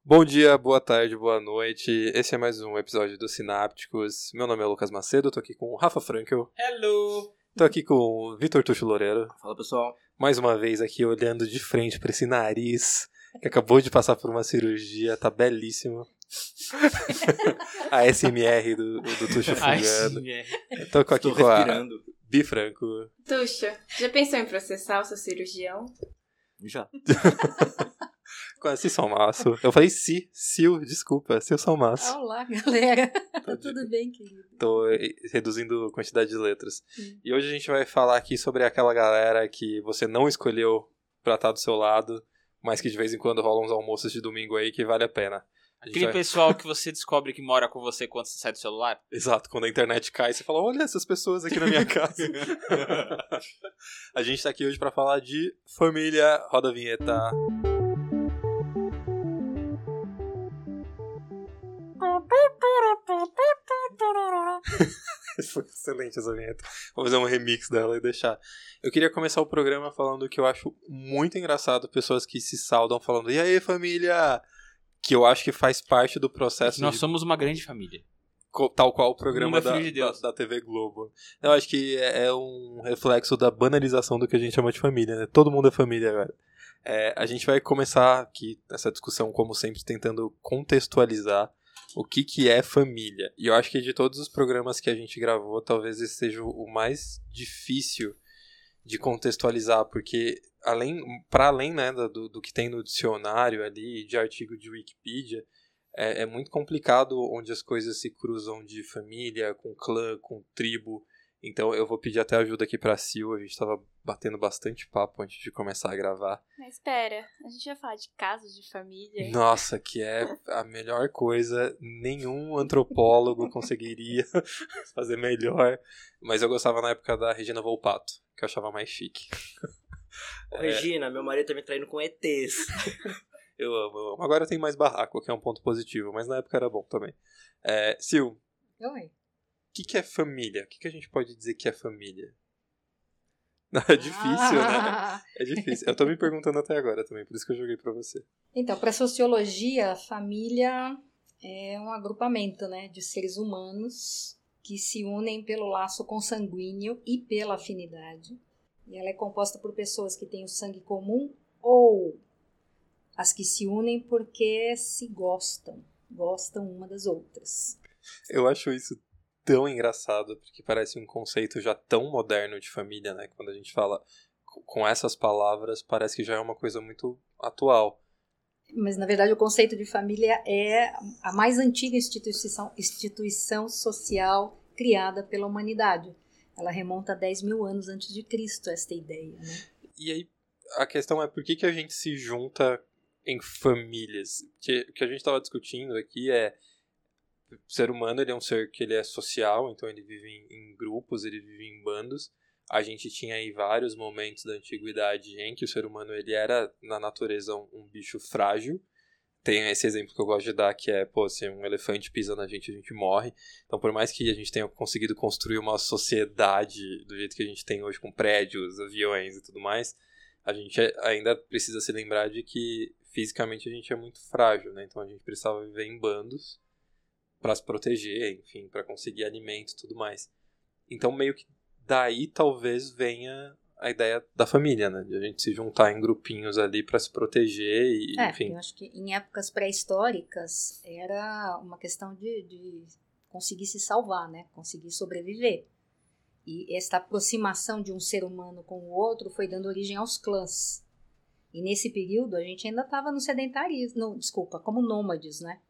Bom dia, boa tarde, boa noite. Esse é mais um episódio do Sinápticos. Meu nome é Lucas Macedo, tô aqui com o Rafa Frankel. Hello! Tô aqui com o Vitor Tuxo Loureiro. Fala, pessoal. Mais uma vez aqui olhando de frente pra esse nariz que acabou de passar por uma cirurgia, tá belíssimo. A SMR do Tuxo fungando. Tô aqui Estou com respirando. a Bi Franco. Tuxo, já pensou em processar o seu cirurgião? Já. Com a Sil Salmaço. Eu falei Sil, desculpa, Sil Salmaço. Olá, galera. Tá tudo bem, querido? Tô reduzindo a quantidade de letras. E hoje a gente vai falar aqui sobre aquela galera que você não escolheu pra estar do seu lado, mas que de vez em quando rolam uns almoços de domingo aí que vale a pena. Aquele pessoal que você descobre que mora com você quando você sai do celular? Exato, quando a internet cai, você fala, olha essas pessoas aqui na minha casa. A gente tá aqui hoje pra falar de família. Roda a vinheta. Foi excelente essa vinheta. Vou fazer um remix dela e deixar. Eu queria começar o programa falando que eu acho muito engraçado pessoas que se saudam falando, e aí, família? Que eu acho que faz parte do processo. Nós somos uma grande família. Tal qual o programa da TV Globo. Eu acho que é um reflexo da banalização do que a gente chama de família, né? Todo mundo é família agora. A gente vai começar aqui essa discussão, como sempre, tentando contextualizar o que é família. E eu acho que de todos os programas que a gente gravou, talvez esse seja o mais difícil de contextualizar, porque para além né, do que tem no dicionário ali, de artigo de Wikipedia, é muito complicado onde as coisas se cruzam de família, com clã, com tribo. Então eu vou pedir até ajuda aqui pra Sil, a gente tava batendo bastante papo antes de começar a gravar. Mas espera, a gente vai falar de casos de família? Nossa, que é a melhor coisa, nenhum antropólogo conseguiria fazer melhor. Mas eu gostava na época da Regina Volpato, que eu achava mais chique. Regina, meu marido tá me traindo com ETs. Eu amo. Agora tem mais barraco, que é um ponto positivo, mas na época era bom também. Sil, Oi. o que é família? O que a gente pode dizer que é família? É difícil, né? É difícil. Eu tô me perguntando até agora também, por isso que eu joguei pra você. Então, para sociologia, família é um agrupamento, né, de seres humanos que se unem pelo laço consanguíneo e pela afinidade. E ela é composta por pessoas que têm o sangue comum ou as que se unem porque se gostam uma das outras. Eu acho isso tão engraçado, porque parece um conceito já tão moderno de família, né? Quando a gente fala com essas palavras, parece que já é uma coisa muito atual. Mas, na verdade, o conceito de família é a mais antiga instituição social criada pela humanidade. Ela remonta a 10 mil anos antes de Cristo, esta ideia, né? E aí, a questão é por que a gente se junta em famílias? O que a gente estava discutindo aqui é o ser humano, ele é um ser que ele é social, então ele vive em grupos, ele vive em bandos. A gente tinha aí vários momentos da antiguidade em que o ser humano ele era, na natureza, um bicho frágil. Tem esse exemplo que eu gosto de dar, que é, se um elefante pisa na gente, a gente morre. Então, por mais que a gente tenha conseguido construir uma sociedade do jeito que a gente tem hoje, com prédios, aviões e tudo mais, a gente ainda precisa se lembrar de que fisicamente a gente é muito frágil, né? Então a gente precisava viver em bandos para se proteger, enfim, para conseguir alimento e tudo mais. Então meio que daí talvez venha a ideia da família, né? De a gente se juntar em grupinhos ali para se proteger e, enfim. Eu acho que em épocas pré-históricas era uma questão de conseguir se salvar, né? Conseguir sobreviver. E esta aproximação de um ser humano com o outro foi dando origem aos clãs. E nesse período a gente ainda estava no sedentarismo, como nômades, né?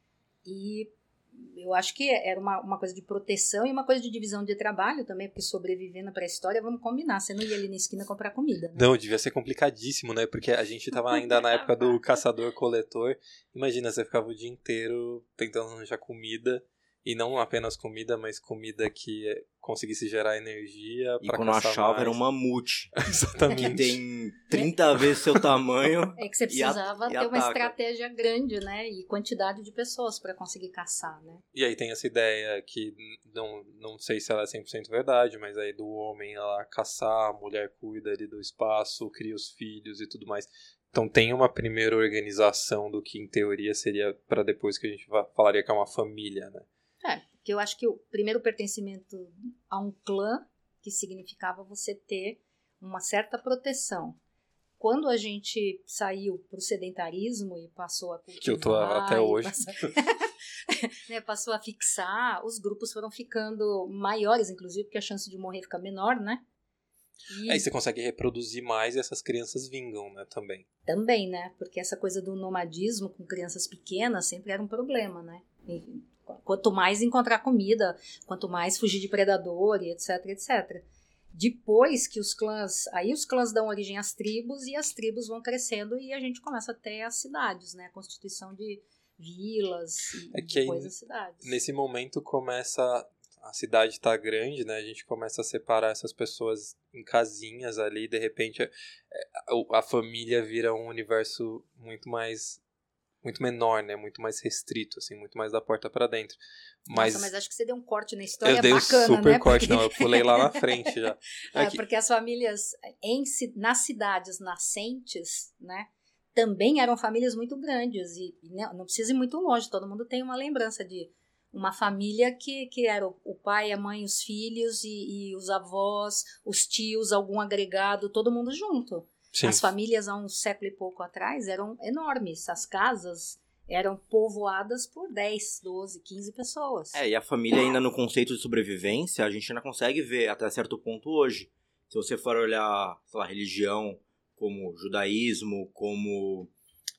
E eu acho que era uma coisa de proteção e uma coisa de divisão de trabalho também, porque sobreviver na pré-história, vamos combinar, você não ia ali na esquina comprar comida, né? Não, devia ser complicadíssimo, né? Porque a gente tava ainda na época do caçador-coletor. Imagina, você ficava o dia inteiro tentando arranjar comida, e não apenas comida, mas comida que conseguisse gerar energia E pra quando caçar achava mais. era um mamute. Exatamente. Que tem 30 vezes seu tamanho. É que você precisava e ter uma ataca. estratégia grande, né? E quantidade de pessoas para conseguir caçar, né? E aí tem essa ideia que não sei se ela é 100% verdade, mas aí do homem lá caçar, a mulher cuida ali do espaço, cria os filhos e tudo mais. Então tem uma primeira organização do que em teoria seria para depois que a gente falaria que é uma família, né? Porque eu acho que o primeiro pertencimento a um clã, que significava você ter uma certa proteção. Quando a gente saiu para o sedentarismo e passou a cultivar... Que eu tô até hoje. Passou a fixar, os grupos foram ficando maiores, inclusive, porque a chance de morrer fica menor, né? E você consegue reproduzir mais e essas crianças vingam, né, também. Também, né? Porque essa coisa do nomadismo com crianças pequenas sempre era um problema, né? E quanto mais encontrar comida, quanto mais fugir de predador e etc, etc. Depois que os clãs dão origem às tribos e as tribos vão crescendo e a gente começa a ter as cidades, né? A constituição de vilas e depois as cidades. Nesse momento a cidade tá grande, né? A gente começa a separar essas pessoas em casinhas ali, de repente a família vira um universo muito menor, né? Muito mais restrito, assim, muito mais da porta para dentro. Mas acho que você deu um corte na história bacana, né? Eu dei um super corte, não, eu pulei lá na frente já. Porque as famílias nas cidades nascentes, né? Também eram famílias muito grandes e não precisa ir muito longe, todo mundo tem uma lembrança de uma família que era o pai, a mãe, os filhos e os avós, os tios, algum agregado, todo mundo junto. Sim. As famílias há um século e pouco atrás eram enormes, as casas eram povoadas por 10, 12, 15 pessoas. E a família ainda no conceito de sobrevivência, a gente ainda consegue ver até certo ponto hoje. Se você for olhar, sei lá, religião, como judaísmo, como...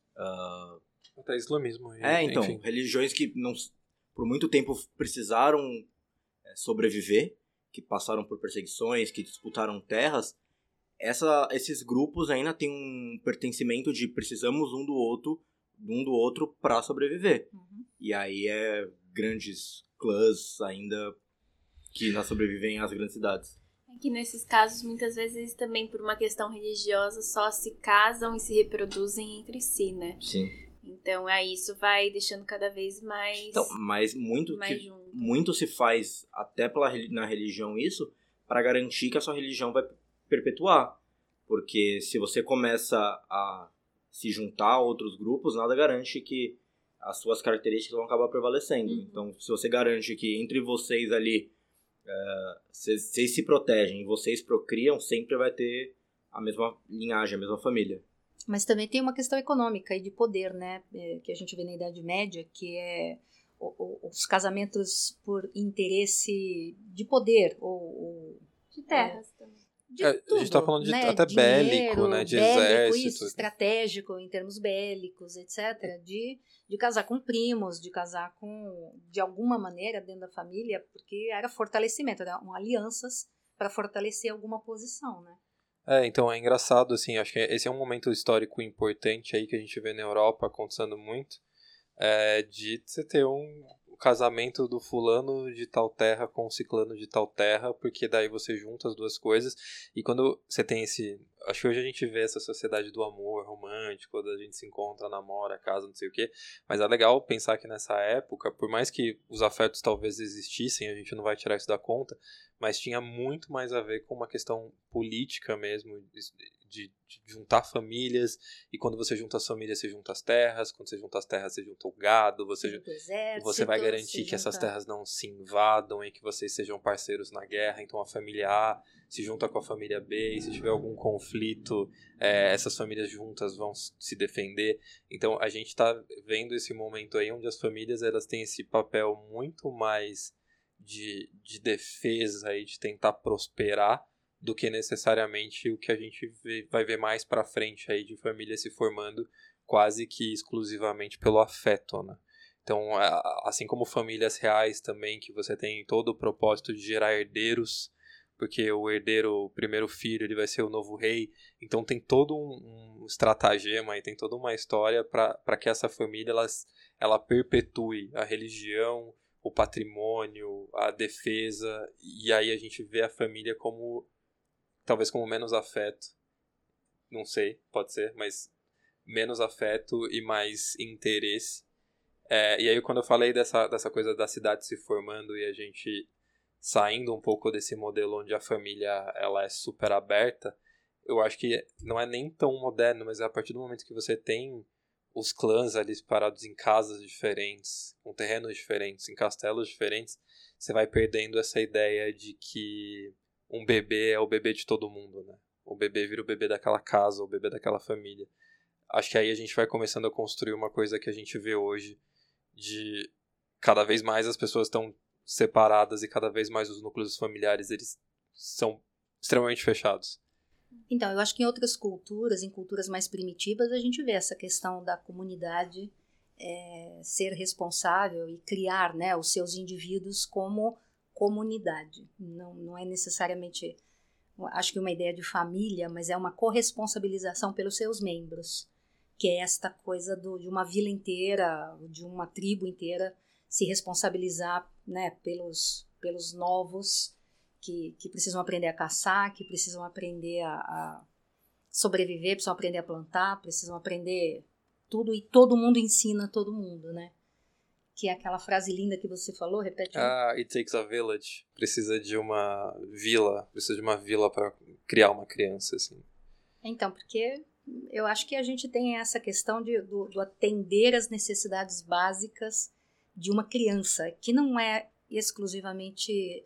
até islamismo. Então, enfim. Religiões que não, por muito tempo precisaram sobreviver, que passaram por perseguições, que disputaram terras, esses grupos ainda têm um pertencimento de precisamos um do outro para sobreviver. Uhum. E aí grandes clãs ainda que não sobrevivem às grandes cidades. Que nesses casos, muitas vezes, também por uma questão religiosa, só se casam e se reproduzem entre si, né? Sim. Então, isso vai deixando cada vez mais... Então, mas muito se faz, até na religião, isso, para garantir que a sua religião vai perpetuar. Porque se você começa a se juntar a outros grupos, nada garante que as suas características vão acabar prevalecendo. Uhum. Então, se você garante que entre vocês ali... vocês se protegem e vocês procriam, sempre vai ter a mesma linhagem, a mesma família. Mas também tem uma questão econômica e de poder, né? Que a gente vê na Idade Média, que é os casamentos por interesse de poder ou de terras também. Tudo, a gente tá falando de né? até Dinheiro, bélico, né? De exército. Isso, estratégico em termos bélicos, etc. De casar com primos, de casar de alguma maneira dentro da família, porque era fortalecimento, eram alianças para fortalecer alguma posição, né? Então é engraçado, assim, acho que esse é um momento histórico importante aí que a gente vê na Europa acontecendo muito, de você ter um casamento do fulano de tal terra com o ciclano de tal terra, porque daí você junta as duas coisas, e quando você tem acho que hoje a gente vê essa sociedade do amor romântico, quando a gente se encontra, namora, casa, não sei o quê, mas é legal pensar que nessa época, por mais que os afetos talvez existissem, a gente não vai tirar isso da conta, mas tinha muito mais a ver com uma questão política mesmo, de juntar famílias, e quando você junta as famílias, você junta as terras, quando você junta as terras, você junta o gado, você vai garantir que essas terras não se invadam e que vocês sejam parceiros na guerra, então a família A se junta com a família B, e se tiver algum conflito, essas famílias juntas vão se defender. Então a gente está vendo esse momento aí onde as famílias elas têm esse papel muito mais de defesa e de tentar prosperar do que necessariamente o que a gente vai ver mais pra frente aí de família se formando quase que exclusivamente pelo afeto, né? Então, assim como famílias reais também, que você tem todo o propósito de gerar herdeiros, porque o herdeiro, o primeiro filho, ele vai ser o novo rei, então tem todo um estratagema e tem toda uma história para que essa família ela perpetue a religião, o patrimônio, a defesa, e aí a gente vê a família talvez como menos afeto, não sei, pode ser, mas menos afeto e mais interesse. E aí quando eu falei dessa coisa da cidade se formando e a gente saindo um pouco desse modelo onde a família ela é super aberta, eu acho que não é nem tão moderno, mas é a partir do momento que você tem os clãs ali separados em casas diferentes, com terrenos diferentes, em castelos diferentes, você vai perdendo essa ideia de que um bebê é o bebê de todo mundo, né? O bebê vira o bebê daquela casa, o bebê daquela família. Acho que aí a gente vai começando a construir uma coisa que a gente vê hoje, de cada vez mais as pessoas estão separadas e cada vez mais os núcleos familiares eles são extremamente fechados. Então, eu acho que em outras culturas, em culturas mais primitivas, a gente vê essa questão da comunidade ser responsável e criar, né, os seus indivíduos como comunidade. Não é necessariamente, acho que uma ideia de família, mas é uma corresponsabilização pelos seus membros, que é esta coisa de uma vila inteira, de uma tribo inteira, se responsabilizar, né, pelos novos que precisam aprender a caçar, que precisam aprender a sobreviver, precisam aprender a plantar, precisam aprender tudo, e todo mundo ensina todo mundo, né? Que é aquela frase linda que você falou, repete. It takes a village. Precisa de uma vila para criar uma criança, assim. Então, porque eu acho que a gente tem essa questão do atender às necessidades básicas de uma criança, que não é exclusivamente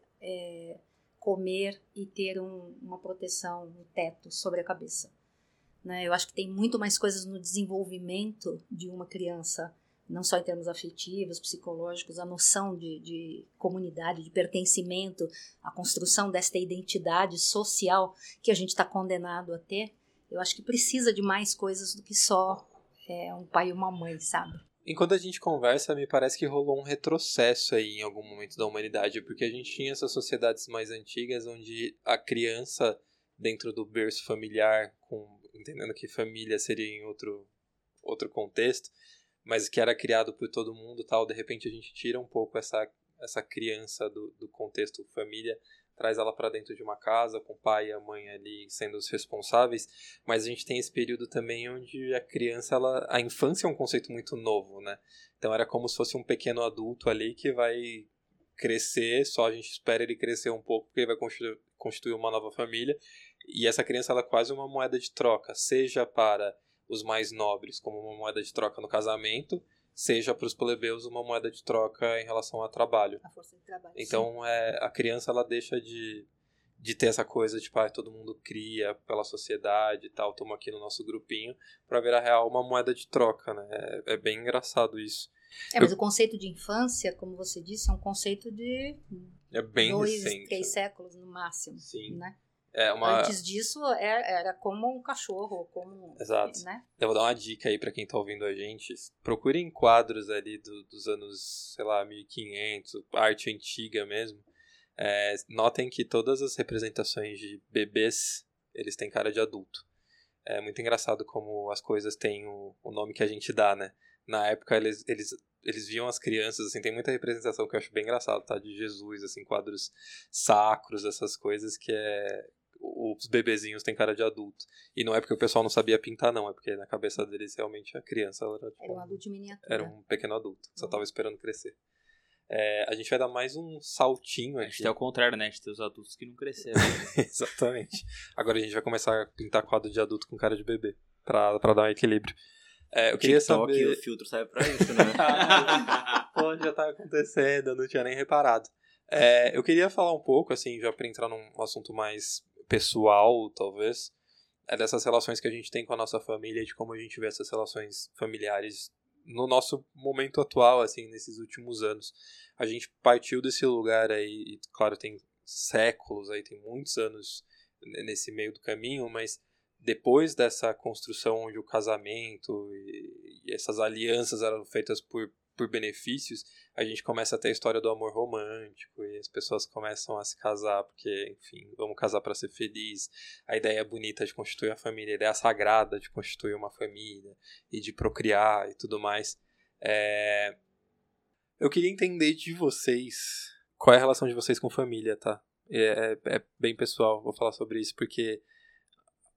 comer e ter uma proteção, um teto sobre a cabeça. Né? Eu acho que tem muito mais coisas no desenvolvimento de uma criança, não só em termos afetivos, psicológicos, a noção de comunidade, de pertencimento, a construção desta identidade social que a gente está condenado a ter. Eu acho que precisa de mais coisas do que só um pai e uma mãe, sabe? Enquanto a gente conversa, me parece que rolou um retrocesso aí em algum momento da humanidade, porque a gente tinha essas sociedades mais antigas onde a criança, dentro do berço familiar, entendendo que família seria em outro contexto, mas que era criado por todo mundo, tal, de repente a gente tira um pouco essa criança do contexto família, traz ela para dentro de uma casa, com o pai e a mãe ali sendo os responsáveis, mas a gente tem esse período também onde a criança, a infância é um conceito muito novo, né? Então era como se fosse um pequeno adulto ali que vai crescer, só a gente espera ele crescer um pouco, porque ele vai constituir uma nova família, e essa criança ela é quase uma moeda de troca, seja para os mais nobres, como uma moeda de troca no casamento, seja para os plebeus uma moeda de troca em relação ao trabalho. A força de trabalho. Então, a criança ela deixa de ter essa coisa de todo mundo cria pela sociedade e tal, toma aqui no nosso grupinho, para virar real uma moeda de troca, né? É bem engraçado isso. Mas o conceito de infância, como você disse, é um conceito de bem 2, recente, 3 séculos no máximo. Sim. Né? Antes disso era como um cachorro, como... Exato. Né? Eu vou dar uma dica aí pra quem tá ouvindo a gente. Procurem quadros ali dos anos, 1500, arte antiga mesmo. Notem que todas as representações de bebês, eles têm cara de adulto. É muito engraçado como as coisas têm o nome que a gente dá, né? Na época eles viam as crianças, assim, tem muita representação que eu acho bem engraçado, tá? De Jesus, assim, quadros sacros, essas coisas que os bebezinhos têm cara de adulto. E não é porque o pessoal não sabia pintar, não. É porque na cabeça deles, realmente, a criança era um adulto de miniatura. Era um pequeno adulto. Só tava esperando crescer. A gente vai dar mais um saltinho aqui. A gente é o contrário, né? A gente tem os adultos que não cresceram. Exatamente. Agora a gente vai começar a pintar quadro de adulto com cara de bebê. Pra dar um equilíbrio. Eu queria saber... o filtro serve pra isso, né? Pô, já tá acontecendo, eu não tinha nem reparado. Eu queria falar um pouco, assim, já pra entrar num assunto mais pessoal, talvez, dessas relações que a gente tem com a nossa família, de como a gente vê essas relações familiares no nosso momento atual, assim, nesses últimos anos. A gente partiu desse lugar aí, e claro, tem séculos aí, tem muitos anos nesse meio do caminho, mas depois dessa construção onde o casamento e essas alianças eram feitas por benefícios, a gente começa a ter a história do amor romântico e as pessoas começam a se casar porque, enfim, vamos casar para ser feliz. A ideia bonita de constituir a família, a ideia sagrada de constituir uma família e de procriar e tudo mais. Eu queria entender de vocês qual é a relação de vocês com família, tá? É bem pessoal, vou falar sobre isso porque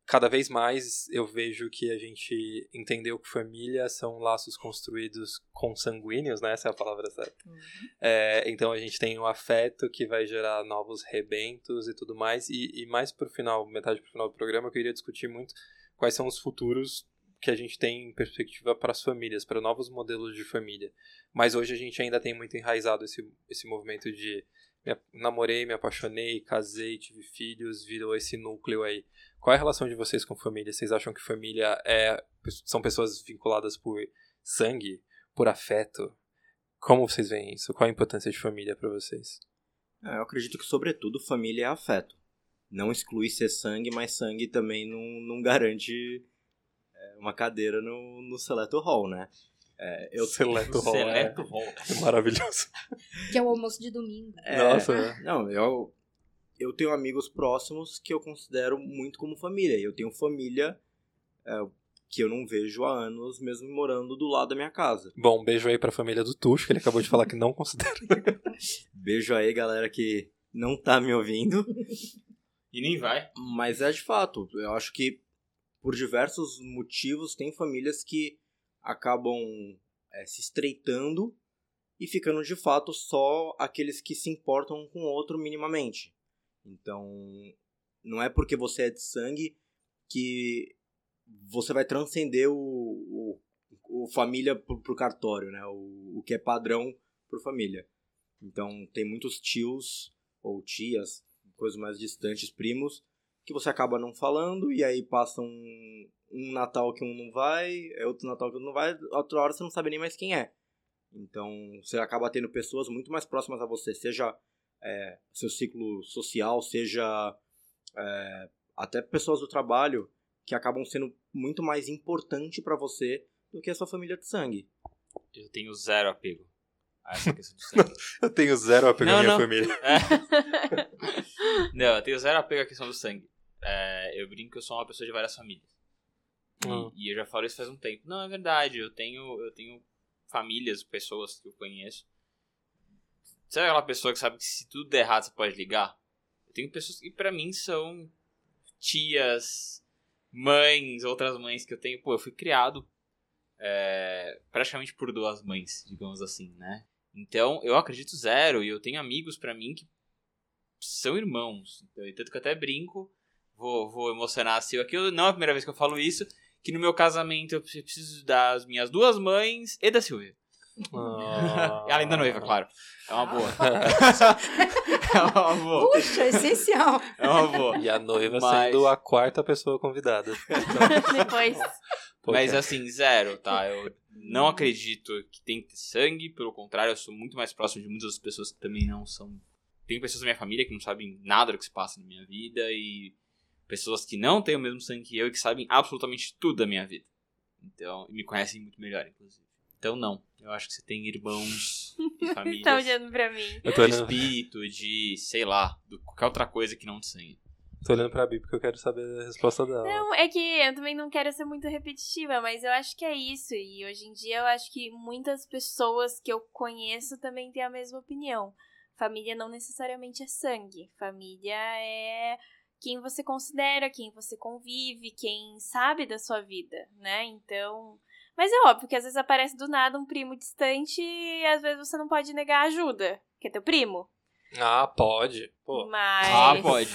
cada vez mais eu vejo que a gente entendeu que família são laços construídos consanguíneos, né? Essa é a palavra certa. Então a gente tem o afeto que vai gerar novos rebentos e tudo mais. E mais pro final, metade pro final do programa, eu queria discutir muito quais são os futuros que a gente tem em perspectiva para as famílias, para novos modelos de família. Mas hoje a gente ainda tem muito enraizado esse movimento de namorei, me apaixonei, casei, tive filhos, virou esse núcleo aí. Qual é a relação de vocês com família? Vocês acham que família são pessoas vinculadas por sangue, por afeto? Como vocês veem isso? Qual a importância de família para vocês? Eu acredito que, sobretudo, família é afeto. Não exclui ser sangue, mas sangue também não garante uma cadeira no Seleto Hall, né? Seleto Hall. Seleto Hall. É maravilhoso. Que é o almoço de domingo. Nossa. Não, eu tenho amigos próximos que eu considero muito como família. E eu tenho família que eu não vejo há anos, mesmo morando do lado da minha casa. Bom, beijo aí pra família do Tuxo, que ele acabou de falar que não considera. Beijo aí, galera que não tá me ouvindo. E nem vai. Mas de fato, eu acho que por diversos motivos tem famílias que acabam se estreitando e ficando de fato só aqueles que se importam com o outro minimamente. Então, não é porque você é de sangue que você vai transcender o família pro cartório, né? O que é padrão pro família. Então, tem muitos tios ou tias, coisas mais distantes, primos, que você acaba não falando, e aí passa um Natal que um não vai, outro Natal que outro não vai, outra hora você não sabe nem mais quem é. Então, você acaba tendo pessoas muito mais próximas a você, seja seu ciclo social, seja até pessoas do trabalho, que acabam sendo muito mais importante pra você do que a sua família de sangue. Eu tenho zero apego a essa questão do sangue. Eu tenho zero apego à minha família. Não, eu tenho zero apego à questão do sangue. Eu brinco que eu sou uma pessoa de várias famílias. E eu já falo isso faz um tempo. Não, é verdade, eu tenho famílias, pessoas que eu conheço. Sabe aquela pessoa que sabe que se tudo der errado você pode ligar? Eu tenho pessoas que pra mim são tias, mães, outras mães que eu tenho. Pô, eu fui criado praticamente por duas mães, digamos assim, né? Então, eu acredito zero, e eu tenho amigos pra mim que são irmãos. Então, tanto que eu até brinco, vou emocionar assim, aqui não é a primeira vez que eu falo isso, que no meu casamento eu preciso das minhas duas mães e da Silvia. Além da noiva, claro. É uma boa. É uma boa. Puxa, essencial. É uma boa. E a noiva sendo a quarta pessoa convidada. Depois. Mas assim, zero, tá? Eu não acredito que tem que ter sangue, pelo contrário, eu sou muito mais próximo de muitas das pessoas que também não são. Tem pessoas da minha família que não sabem nada do que se passa na minha vida, e pessoas que não têm o mesmo sangue que eu e que sabem absolutamente tudo da minha vida. Então, e me conhecem muito melhor, inclusive. Então, não. Eu acho que você tem irmãos e famílias. Tá olhando pra mim. De espírito, de, sei lá, de qualquer outra coisa que não de sangue. Tô olhando pra Bi porque eu quero saber a resposta dela. Não, é que eu também não quero ser muito repetitiva, mas eu acho que é isso. E hoje em dia eu acho que muitas pessoas que eu conheço também têm a mesma opinião. Família não necessariamente é sangue. Família é quem você considera, quem você convive, quem sabe da sua vida, né? Então... Mas é óbvio que às vezes aparece do nada um primo distante e às vezes você não pode negar ajuda, que é teu primo. Ah, pode. Pô. Mas... pode.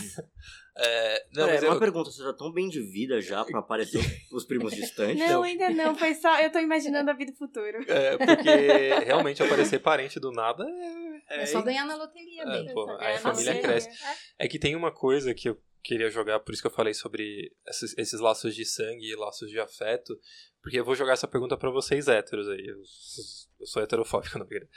Uma pergunta, você tá tão bem de vida já pra aparecer os primos distantes? Não, ainda não, foi só... Eu tô imaginando a vida do futuro. Porque realmente aparecer parente do nada é só ganhar na loteria, bem. Pô, aí a família cresce. É que tem uma coisa que eu queria jogar, por isso que eu falei sobre esses laços de sangue e laços de afeto, porque eu vou jogar essa pergunta pra vocês héteros aí. Eu sou heterofóbico, não queria.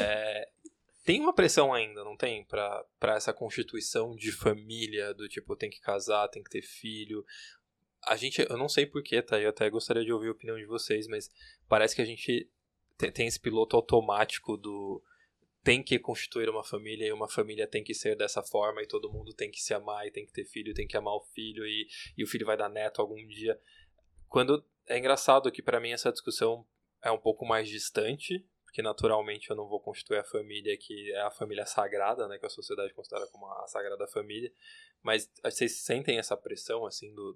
Tem uma pressão ainda, não tem? Pra essa constituição de família, do tipo, tem que casar, tem que ter filho. Eu não sei porquê, tá? Eu até gostaria de ouvir a opinião de vocês, mas parece que a gente tem esse piloto automático do... Tem que constituir uma família, e uma família tem que ser dessa forma, e todo mundo tem que se amar, e tem que ter filho, tem que amar o filho, e o filho vai dar neto algum dia. É engraçado que pra mim essa discussão é um pouco mais distante, porque naturalmente eu não vou constituir a família que é a família sagrada, né, que a sociedade considera como a sagrada família, mas vocês sentem essa pressão, assim,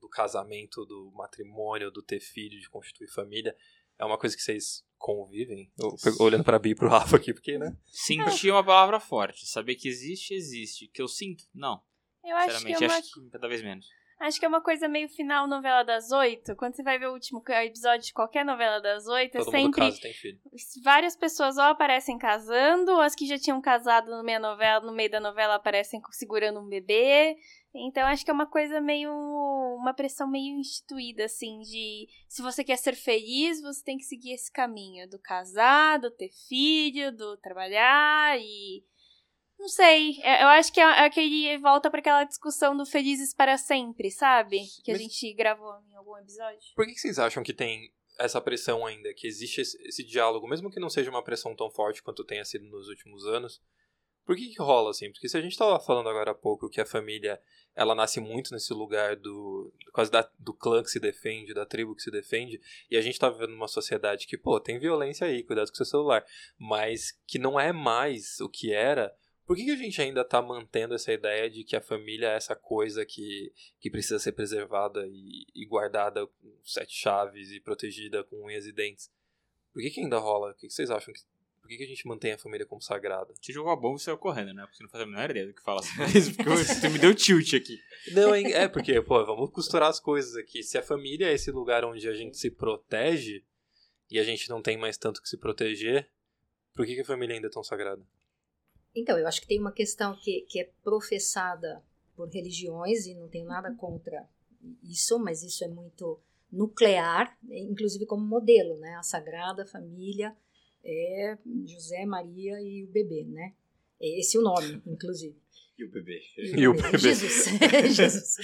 do casamento, do matrimônio, do ter filho, de constituir família, é uma coisa que vocês convivem? Olhando pra Bi e pro Rafa aqui, porque, né? Sentir é uma palavra forte. Saber que existe. Que eu sinto? Não. Eu acho que acho que cada vez menos. Acho que é uma coisa meio final novela das 8. Quando você vai ver o último episódio de qualquer novela das 8, Todo é mundo sempre casa, tem filho. várias pessoas ou aparecem casando, ou as que já tinham casado no meio da novela aparecem segurando um bebê. Então acho que é uma coisa meio, uma pressão meio instituída, assim, de se você quer ser feliz, você tem que seguir esse caminho do casar, do ter filho, do trabalhar e... Não sei, eu acho que é aquele volta para aquela discussão do felizes para sempre, sabe? Que a gente gravou em algum episódio. Por que vocês acham que tem essa pressão ainda, que existe esse diálogo, mesmo que não seja uma pressão tão forte quanto tenha sido nos últimos anos? Por que rola assim? Porque se a gente estava falando agora há pouco que a família, ela nasce muito nesse lugar quase do clã que se defende, da tribo que se defende, e a gente tá vivendo numa sociedade que, tem violência aí, cuidado com seu celular, mas que não é mais o que era. Por que a gente ainda tá mantendo essa ideia de que a família é essa coisa que precisa ser preservada e guardada com 7 chaves e protegida com unhas e dentes? Por que ainda rola? O que vocês acham? Por que a gente mantém a família como sagrada? Te jogou a bomba e saiu correndo, né? Porque você não faz a menor ideia do que fala sobre isso. Porque você me deu tilt aqui. Não, porque, vamos costurar as coisas aqui. Se a família é esse lugar onde a gente se protege e a gente não tem mais tanto que se proteger, por que a família ainda é tão sagrada? Então, eu acho que tem uma questão que é professada por religiões, e não tenho nada contra isso, mas isso é muito nuclear, inclusive como modelo, né? A Sagrada Família é José, Maria e o bebê, né? Esse é o nome, inclusive. E o bebê. E o bebê. Jesus. Jesus.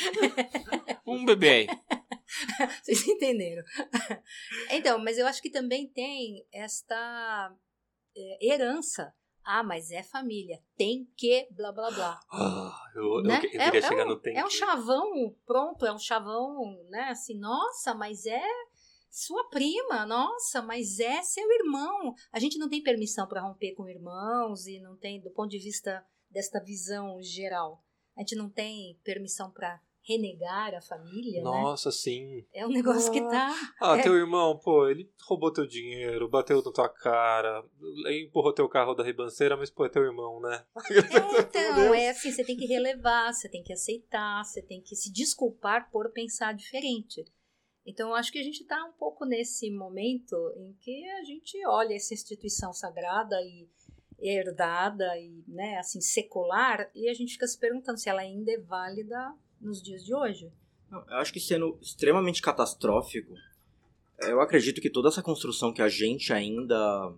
Um bebê aí. Vocês entenderam. Então, mas eu acho que também tem esta herança. Ah, mas é família. Tem que blá, blá, blá. Eu queria chegar no tem que. É um chavão, pronto, é um chavão, né? Assim, nossa, mas é sua prima, nossa, mas é seu irmão. A gente não tem permissão para romper com irmãos e não tem, do ponto de vista desta visão geral, a gente não tem permissão para renegar a família, Nossa, né? sim. É um negócio que tá... Teu irmão, ele roubou teu dinheiro, bateu na tua cara, empurrou teu carro da ribanceira, mas, é teu irmão, né? Então, é assim, você tem que relevar, você tem que aceitar, você tem que se desculpar por pensar diferente. Então, eu acho que a gente está um pouco nesse momento em que a gente olha essa instituição sagrada e herdada e, né, assim, secular, e a gente fica se perguntando se ela ainda é válida nos dias de hoje. Eu acho que sendo extremamente catastrófico, eu acredito que toda essa construção que a gente ainda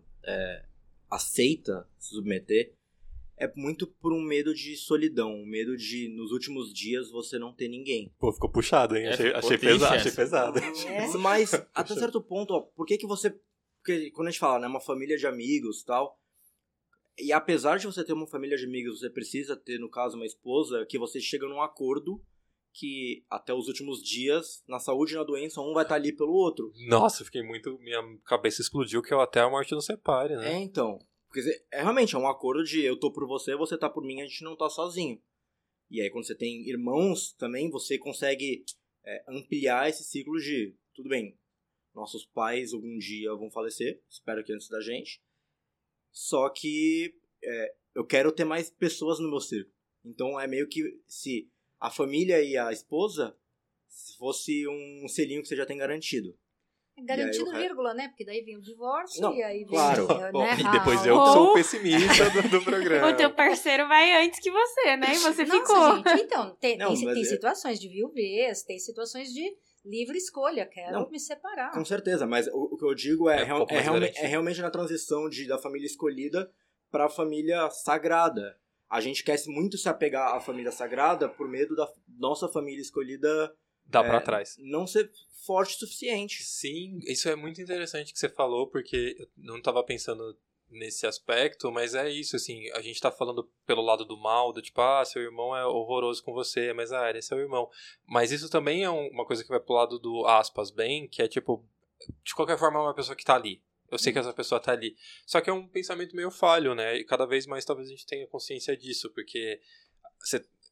aceita se submeter é muito por um medo de solidão, um medo de, nos últimos dias, você não ter ninguém. Ficou puxado, hein? Achei pesado. Mas, até certo ponto, por que você... Porque quando a gente fala, né, uma família de amigos e tal, e apesar de você ter uma família de amigos, você precisa ter, no caso, uma esposa, que você chega num acordo que até os últimos dias, na saúde e na doença, um vai estar ali pelo outro. Nossa, minha cabeça explodiu que até a morte não separe, né? Então, porque realmente é um acordo de eu tô por você, você tá por mim, a gente não tá sozinho. E aí quando você tem irmãos também, você consegue ampliar esse ciclo de, tudo bem, nossos pais algum dia vão falecer, espero que antes da gente, só que eu quero ter mais pessoas no meu círculo. Então é meio que se a família e a esposa fosse um selinho que você já tem garantido. Garantido, vírgula, né? Porque daí vem o divórcio não, e aí vem... Claro. Né? E depois eu que sou o pessimista do programa. O teu parceiro vai antes que você, né? E você Nossa, ficou. Gente, então, tem situações de viuvez, tem situações de livre escolha. Quero me separar. Com certeza, mas o que eu digo é realmente na transição da família escolhida para a família sagrada. A gente quer muito se apegar à família sagrada por medo da nossa família escolhida dar pra trás. Não ser forte o suficiente. Sim, isso é muito interessante que você falou, porque eu não estava pensando nesse aspecto, mas é isso, assim, a gente tá falando pelo lado do mal, do tipo, seu irmão é horroroso com você, mas ele é seu irmão. Mas isso também é uma coisa que vai pro lado do aspas bem, que é tipo, de qualquer forma é uma pessoa que tá ali. Eu sei que essa pessoa tá ali. Só que é um pensamento meio falho, né? E cada vez mais talvez a gente tenha consciência disso, porque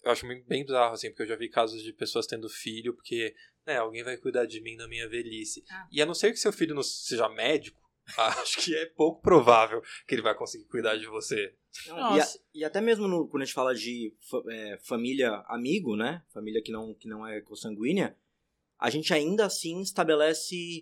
eu acho bem bizarro, assim, porque eu já vi casos de pessoas tendo filho porque, né, alguém vai cuidar de mim na minha velhice. E a não ser que seu filho não seja médico, acho que é pouco provável que ele vai conseguir cuidar de você. E até mesmo quando a gente fala de família amigo, né? Família que não é consanguínea, a gente ainda assim estabelece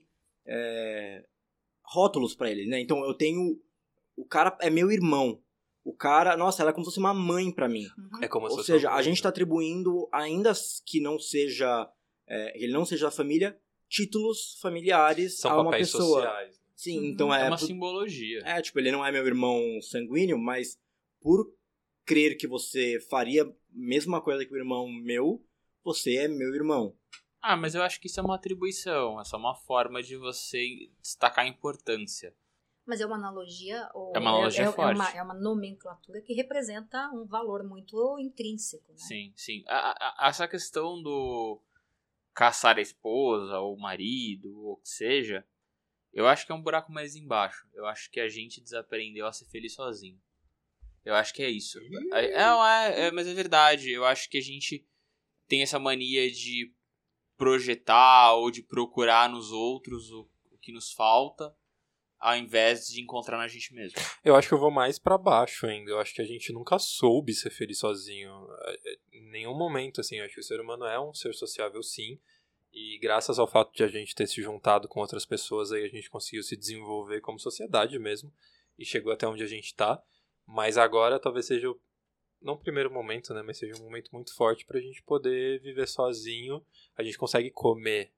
rótulos pra ele, né? Então eu tenho... O cara é meu irmão. O cara... Nossa, ela é como se fosse uma mãe pra mim. É como Ou seja, a gente tá atribuindo, ainda que não seja... ele não seja da família, títulos familiares a uma pessoa. Sociais. Sim, então é uma simbologia. Tipo, ele não é meu irmão sanguíneo, mas por crer que você faria a mesma coisa que o irmão meu, você é meu irmão. Mas eu acho que isso é uma atribuição, é só uma forma de você destacar a importância. Mas é uma analogia... É uma analogia forte. É uma nomenclatura que representa um valor muito intrínseco, né? Sim, sim. Essa questão do caçar a esposa, ou o marido, ou o que seja, eu acho que é um buraco mais embaixo. Eu acho que a gente desaprendeu a ser feliz sozinho. Eu acho que é isso. Mas é verdade. Eu acho que a gente tem essa mania de projetar ou de procurar nos outros o que nos falta, ao invés de encontrar na gente mesmo. Eu acho que eu vou mais pra baixo ainda. Eu acho que a gente nunca soube ser feliz sozinho. Em nenhum momento, assim. Eu acho que o ser humano é um ser sociável, sim. E graças ao fato de a gente ter se juntado com outras pessoas, aí a gente conseguiu se desenvolver como sociedade mesmo. E chegou até onde a gente tá. Mas agora talvez seja, não o primeiro momento, né? Mas seja um momento muito forte pra gente poder viver sozinho. A gente consegue comer.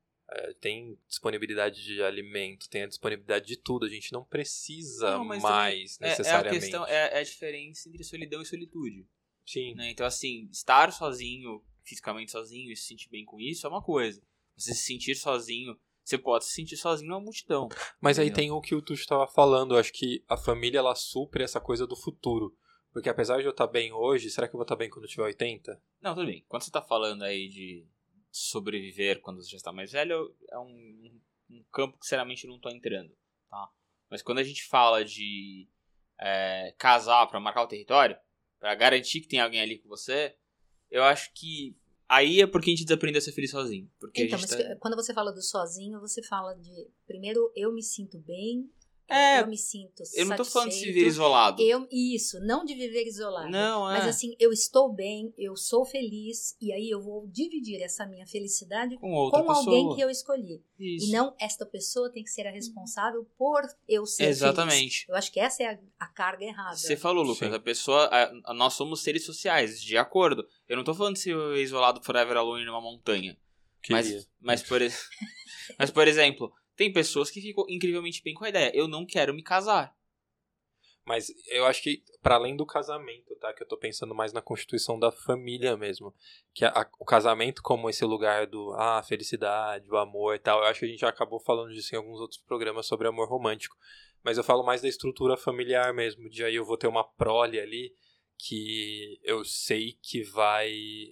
Tem disponibilidade de alimento, tem a disponibilidade de tudo. A gente não precisa mais, necessariamente. É a diferença entre solidão e solitude. Sim. Né? Então, assim, estar sozinho, fisicamente sozinho, e se sentir bem com isso é uma coisa. Você se sentir sozinho, você pode se sentir sozinho numa multidão. Mas aí tem o que o Tuxo estava falando. Eu acho que a família, ela supre essa coisa do futuro. Porque apesar de eu estar bem hoje, será que eu vou estar bem quando eu tiver 80? Não, tudo bem. Quando você tá falando aí de sobreviver quando você já está mais velho, é um campo que sinceramente eu não tô entrando, tá? Mas quando a gente fala de casar para marcar o território, para garantir que tem alguém ali com você, eu acho que aí é porque a gente desaprendeu a ser feliz sozinho. Porque então, mas quando você fala do sozinho, você fala de... Primeiro, eu me sinto bem... eu me sinto satisfeito. Eu não tô falando de viver isolado. Isso, não de viver isolado. Não, Mas assim, eu estou bem, eu sou feliz, e aí eu vou dividir essa minha felicidade com alguém que eu escolhi. Isso. E não esta pessoa tem que ser a responsável por eu ser Exatamente. feliz. Eu acho que essa é a carga errada. Você falou, Lucas, Sim. A pessoa... nós somos seres sociais, de acordo. Eu não tô falando de ser isolado forever alone numa montanha. Mas por exemplo... Tem pessoas que ficam incrivelmente bem com a ideia. Eu não quero me casar. Mas eu acho que, para além do casamento, tá? Que eu tô pensando mais na constituição da família mesmo. Que o casamento como esse lugar do felicidade, o amor e tal. Eu acho que a gente já acabou falando disso em alguns outros programas sobre amor romântico. Mas eu falo mais da estrutura familiar mesmo. De aí eu vou ter uma prole ali que eu sei que vai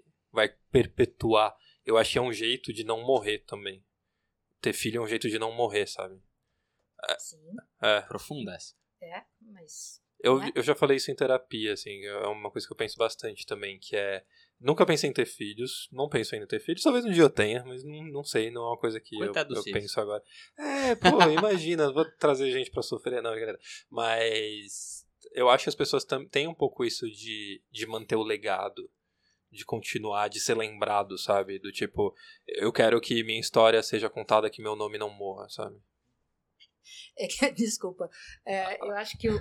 perpetuar. Eu acho que é um jeito de não morrer também. Ter filho é um jeito de não morrer, sabe? Sim. Profunda essa. Mas... Eu já falei isso em terapia, assim, é uma coisa que eu penso bastante também, que é... Nunca pensei em ter filhos, não penso ainda em ter filhos, talvez um dia eu tenha, mas não sei, não é uma coisa que eu penso agora. Imagina, vou trazer gente pra sofrer, não, galera. Mas eu acho que as pessoas têm um pouco isso de manter o legado, de continuar, de ser lembrado, sabe? Do tipo, eu quero que minha história seja contada, que meu nome não morra, sabe? Desculpa. Eu acho que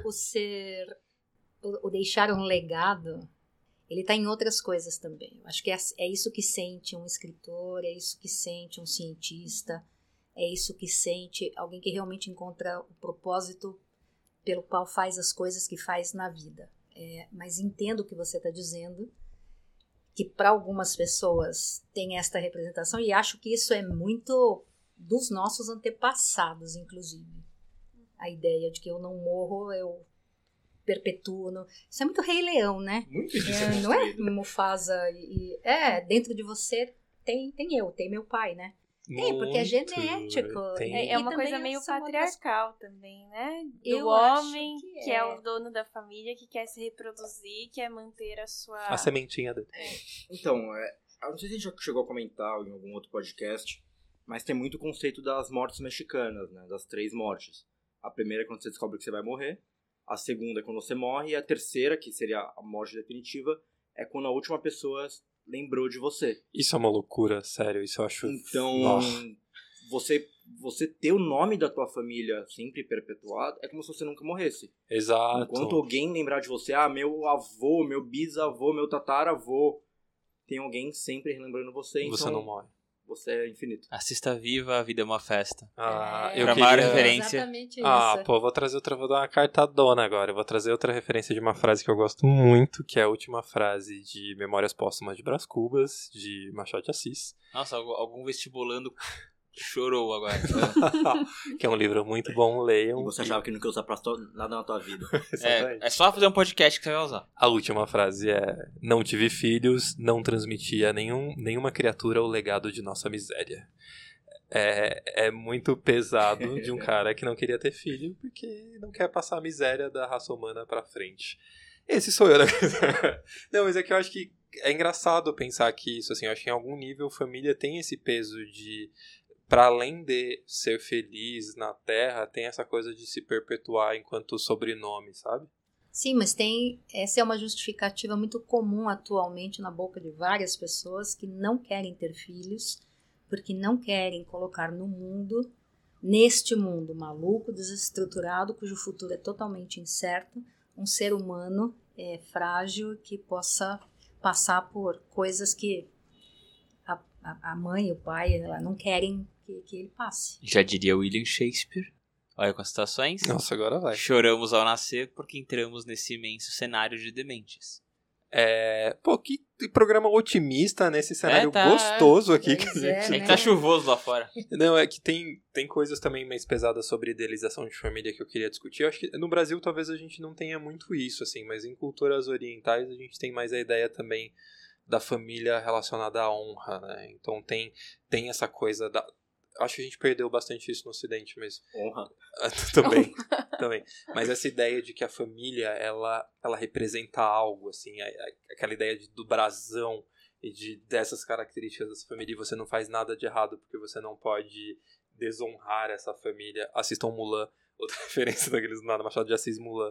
o deixar um legado, ele está em outras coisas também. Eu acho que é isso que sente um escritor, é isso que sente um cientista, é isso que sente alguém que realmente encontra o propósito pelo qual faz as coisas que faz na vida. Mas entendo o que você está dizendo, que para algumas pessoas tem esta representação, e acho que isso é muito dos nossos antepassados, inclusive. A ideia de que eu não morro, eu perpetuo. Isso é muito Rei Leão, né? Muito difícil. Não é Mufasa dentro de você tem meu pai, né? porque é genético. É uma coisa meio patriarcal também, né? Do homem, que é o dono da família, que quer se reproduzir, quer manter a sementinha dele. Então, eu não sei se a gente já chegou a comentar em algum outro podcast, mas tem muito conceito das mortes mexicanas, né? Das 3 mortes. A primeira é quando você descobre que você vai morrer, a segunda é quando você morre, e a terceira, que seria a morte definitiva, é quando a última pessoa lembrou de você. Isso é uma loucura, sério, isso eu acho... Então, você ter o nome da tua família sempre perpetuado é como se você nunca morresse. Exato. Enquanto alguém lembrar de você, meu avô, meu bisavô, meu tataravô, tem alguém sempre relembrando você, então você não morre. Você é infinito. Assista Viva, a vida é uma festa. Eu pra maior referência. Exatamente isso. Vou trazer vou dar uma cartadona agora. Eu vou trazer outra referência de uma frase que eu gosto muito, que é a última frase de Memórias Póstumas de Brás Cubas, de Machado de Assis. Nossa, algum vestibulando chorou agora. Que é um livro muito bom, leiam. E você achava que não ia usar pra nada na tua vida. É só fazer um podcast que você vai usar. A última frase é: não tive filhos, não transmitia nenhuma criatura o legado de nossa miséria. É muito pesado de um cara que não queria ter filho porque não quer passar a miséria da raça humana pra frente. Esse sou eu, né? Não, mas é que eu acho que é engraçado pensar que isso, assim, eu acho que em algum nível família tem esse peso de... Para além de ser feliz na Terra, tem essa coisa de se perpetuar enquanto sobrenome, sabe? Sim, mas essa é uma justificativa muito comum atualmente na boca de várias pessoas que não querem ter filhos, porque não querem colocar no mundo, neste mundo maluco, desestruturado, cujo futuro é totalmente incerto, um ser humano frágil que possa passar por coisas que a mãe e o pai não querem que ele passe. Já diria William Shakespeare. Olha com as citações. Nossa, agora vai. Choramos ao nascer porque entramos nesse imenso cenário de dementes. Que programa otimista nesse cenário gostoso aqui. Pois que a gente... né? É que tá chuvoso lá fora. Não, é que tem coisas também mais pesadas sobre idealização de família que eu queria discutir. Eu acho que no Brasil talvez a gente não tenha muito isso, assim, mas em culturas orientais a gente tem mais a ideia também da família relacionada à honra, né? Então tem essa coisa da... Acho que a gente perdeu bastante isso no Ocidente, mas... Honra. também. Mas essa ideia de que a família, ela representa algo, assim, aquela ideia do brasão e dessas características dessa família, e você não faz nada de errado porque você não pode desonrar essa família. Assistam Mulan, outra referência daqueles nada, Machado de Assis, Mulan.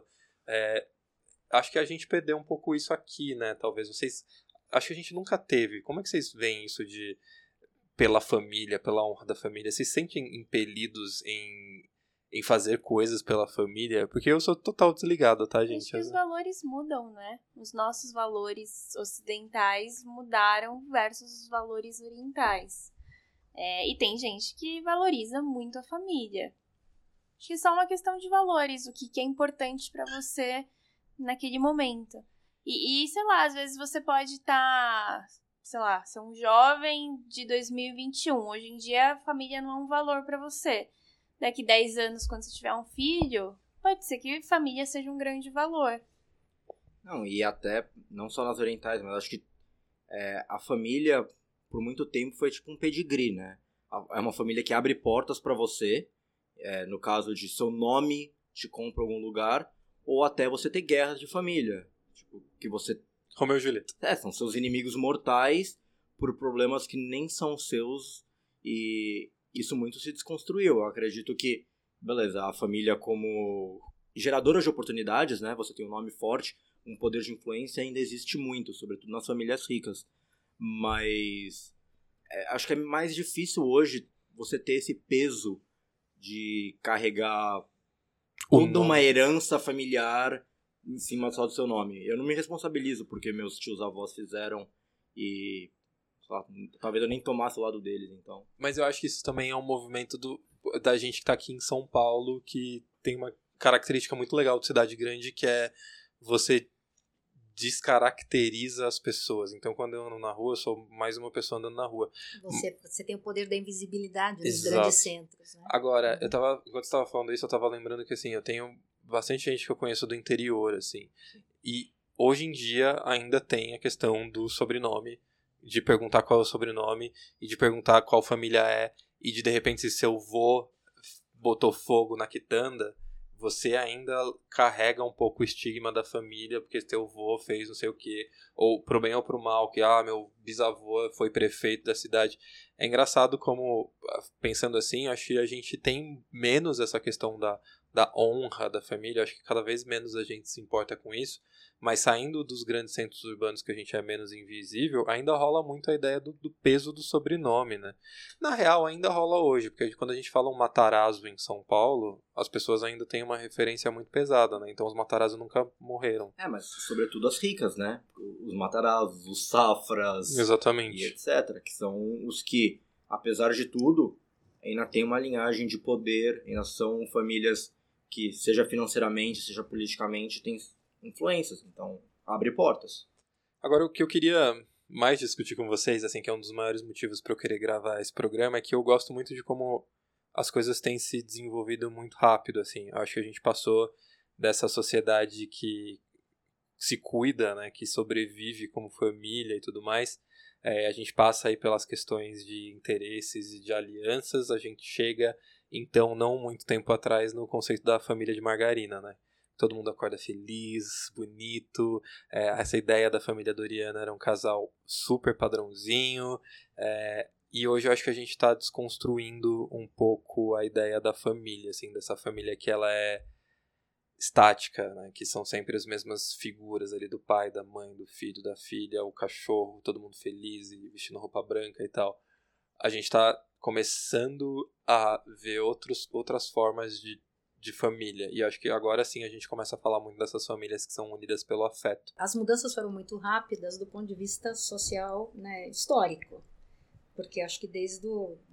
Acho que a gente perdeu um pouco isso aqui, né? Talvez vocês... Acho que a gente nunca teve. Como é que vocês veem isso de... pela família, pela honra da família? Vocês se sentem impelidos em fazer coisas pela família? Porque eu sou total desligado, tá, gente? Acho que os valores mudam, né? Os nossos valores ocidentais mudaram versus os valores orientais. E tem gente que valoriza muito a família. Acho que é só uma questão de valores, o que é importante pra você naquele momento. E sei lá, às vezes você pode estar... sei lá, ser um jovem de 2021. Hoje em dia a família não é um valor pra você. Daqui 10 anos, quando você tiver um filho, pode ser que família seja um grande valor. Não, e até, não só nas orientais, mas acho que a família, por muito tempo, foi tipo um pedigree, né? É uma família que abre portas pra você, no caso de seu nome te compra algum lugar, ou até você ter guerras de família. Tipo, que você... Romeu e Julieta. São seus inimigos mortais por problemas que nem são seus, e isso muito se desconstruiu. Eu acredito que, beleza, a família como geradora de oportunidades, né? Você tem um nome forte, um poder de influência ainda existe muito, sobretudo nas famílias ricas. Mas acho que é mais difícil hoje você ter esse peso de carregar toda uma herança familiar em cima só do seu nome. Eu não me responsabilizo porque meus tios-avós fizeram e talvez eu nem tomasse o lado deles, então. Mas eu acho que isso também é um movimento da gente que tá aqui em São Paulo, que tem uma característica muito legal de cidade grande, que é você descaracteriza as pessoas. Então, quando eu ando na rua, eu sou mais uma pessoa andando na rua. Você tem o poder da invisibilidade nos Exato. grandes centros, né? Agora, enquanto você tava falando isso, eu tava lembrando que, assim, eu tenho bastante gente que eu conheço do interior, assim. E hoje em dia ainda tem a questão do sobrenome de perguntar qual é o sobrenome, e de perguntar qual família é, e de repente se seu vô botou fogo na quitanda, você ainda carrega um pouco o estigma da família, porque seu vô fez não sei o quê, ou pro bem ou pro mal, que meu bisavô foi prefeito da cidade. É engraçado como, pensando assim, acho que a gente tem menos essa questão da honra da família, acho que cada vez menos a gente se importa com isso, mas saindo dos grandes centros urbanos que a gente é menos invisível, ainda rola muito a ideia do peso do sobrenome, né? Na real, ainda rola hoje, porque quando a gente fala um Matarazzo em São Paulo, as pessoas ainda têm uma referência muito pesada, né? Então os Matarazzo nunca morreram. Mas sobretudo as ricas, né? Os Matarazzo, os Safras, exatamente, e etc., que são os que, apesar de tudo, ainda tem uma linhagem de poder, ainda são famílias que, seja financeiramente, seja politicamente, têm influências, então abre portas. Agora, o que eu queria mais discutir com vocês, assim, que é um dos maiores motivos para eu querer gravar esse programa, é que eu gosto muito de como as coisas têm se desenvolvido muito rápido, assim. Eu acho que a gente passou dessa sociedade que se cuida, né, que sobrevive como família e tudo mais. A gente passa aí pelas questões de interesses e de alianças, a gente chega, então, não muito tempo atrás, no conceito da família de margarina, né? Todo mundo acorda feliz, bonito. Essa ideia da família Doriana era um casal super padrãozinho. E hoje eu acho que a gente está desconstruindo um pouco a ideia da família, assim, dessa família que ela é estática, né? Que são sempre as mesmas figuras ali do pai, da mãe, do filho, da filha, o cachorro, todo mundo feliz e vestindo roupa branca e tal. A gente está começando a ver outras formas de família. E acho que agora sim a gente começa a falar muito dessas famílias que são unidas pelo afeto. As mudanças foram muito rápidas do ponto de vista social, né, histórico. Porque acho que desde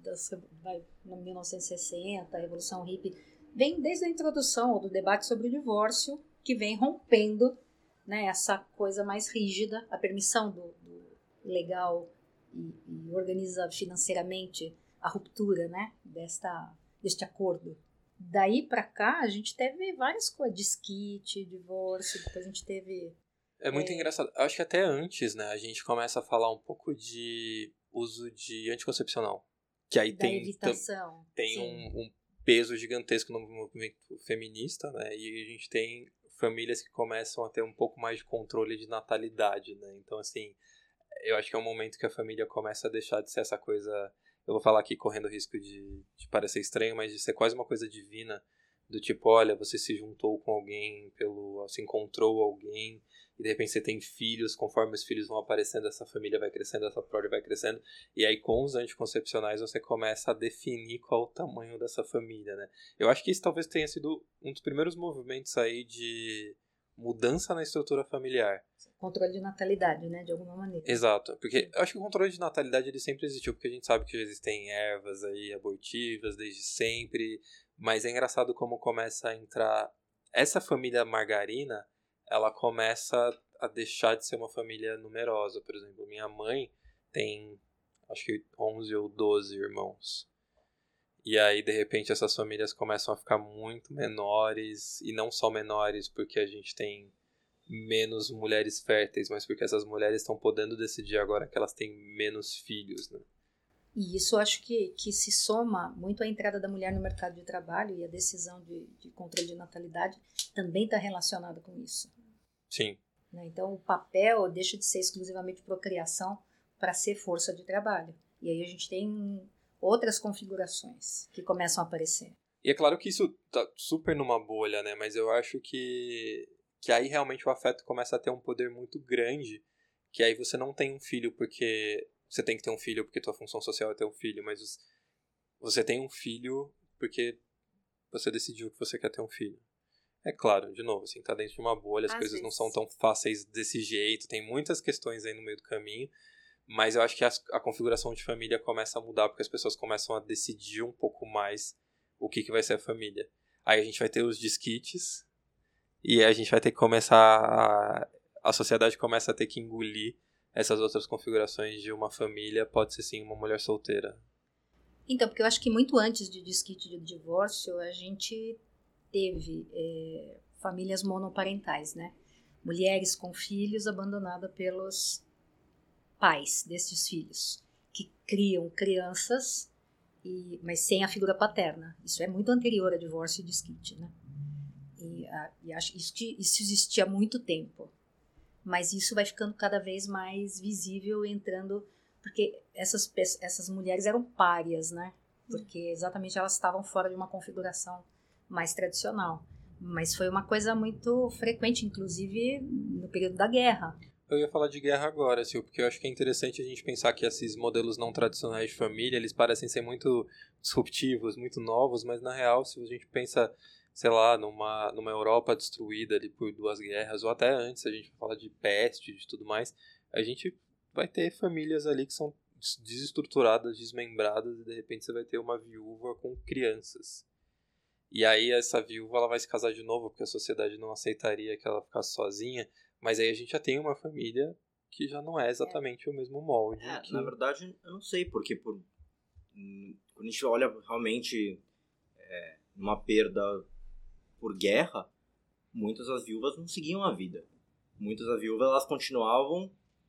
1960, a Revolução Hippie, vem desde a introdução do debate sobre o divórcio, que vem rompendo, né, essa coisa mais rígida, a permissão do legal e organiza financeiramente a ruptura, né, deste acordo. Daí pra cá, a gente teve várias coisas, desquite, divórcio, depois a gente teve... É muito engraçado. Acho que até antes, né, a gente começa a falar um pouco de uso de anticoncepcional. Que aí da evitação. Tem um peso gigantesco no movimento feminista, né, e a gente tem famílias que começam a ter um pouco mais de controle de natalidade, né. Então, assim, eu acho que é um momento que a família começa a deixar de ser essa coisa... Eu vou falar aqui correndo o risco de parecer estranho, mas de ser quase uma coisa divina, do tipo, olha, você se juntou com alguém, se encontrou alguém, e de repente você tem filhos, conforme os filhos vão aparecendo, essa família vai crescendo, essa prole vai crescendo, e aí com os anticoncepcionais você começa a definir qual o tamanho dessa família, né? Eu acho que isso talvez tenha sido um dos primeiros movimentos aí de mudança na estrutura familiar. Controle de natalidade, né, de alguma maneira. Exato, porque eu acho que o controle de natalidade ele sempre existiu, porque a gente sabe que já existem ervas aí abortivas desde sempre, mas é engraçado como começa a entrar essa família margarina, ela começa a deixar de ser uma família numerosa. Por exemplo, minha mãe tem acho que 11 ou 12 irmãos. E aí, de repente, essas famílias começam a ficar muito menores, e não só menores porque a gente tem menos mulheres férteis, mas porque essas mulheres estão podendo decidir agora que elas têm menos filhos, né? E isso acho que se soma muito à entrada da mulher no mercado de trabalho, e a decisão de controle de natalidade também está relacionada com isso. Sim. Né? Então o papel deixa de ser exclusivamente procriação para ser força de trabalho. E aí a gente tem outras configurações que começam a aparecer. E é claro que isso tá super numa bolha, né? Mas eu acho que aí realmente o afeto começa a ter um poder muito grande, que aí você não tem um filho porque você tem que ter um filho porque tua função social é ter um filho, mas você tem um filho porque você decidiu que você quer ter um filho. É claro, de novo, assim, tá dentro de uma bolha, as coisas não são tão fáceis desse jeito, tem muitas questões aí no meio do caminho, mas eu acho que a configuração de família começa a mudar porque as pessoas começam a decidir um pouco mais o que vai ser a família. Aí a gente vai ter os desquites, e a gente vai ter que começar a sociedade começa a ter que engolir essas outras configurações de uma família, pode ser sim uma mulher solteira. Então, porque eu acho que muito antes de desquite de divórcio, a gente teve famílias monoparentais, né? Mulheres com filhos abandonadas pelos pais desses filhos, que criam crianças, mas sem a figura paterna. Isso é muito anterior ao divórcio e desquite, né? E acho que isso existia há muito tempo. Mas isso vai ficando cada vez mais visível, entrando... Porque essas mulheres eram párias, né? Porque exatamente elas estavam fora de uma configuração mais tradicional. Mas foi uma coisa muito frequente, inclusive no período da guerra. Eu ia falar de guerra agora, Sil, porque eu acho que é interessante a gente pensar que esses modelos não tradicionais de família, eles parecem ser muito disruptivos, muito novos, mas na real, se a gente pensa, sei lá, numa Europa destruída ali por 2 guerras, ou até antes, a gente fala de peste, de tudo mais, a gente vai ter famílias ali que são desestruturadas, desmembradas, e de repente você vai ter uma viúva com crianças. E aí essa viúva ela vai se casar de novo, porque a sociedade não aceitaria que ela ficasse sozinha. Mas aí a gente já tem uma família que já não é exatamente o mesmo molde. Na verdade, eu não sei, porque quando a gente olha realmente uma perda por guerra, muitas das viúvas não seguiam a vida. Muitas das viúvas elas continuavam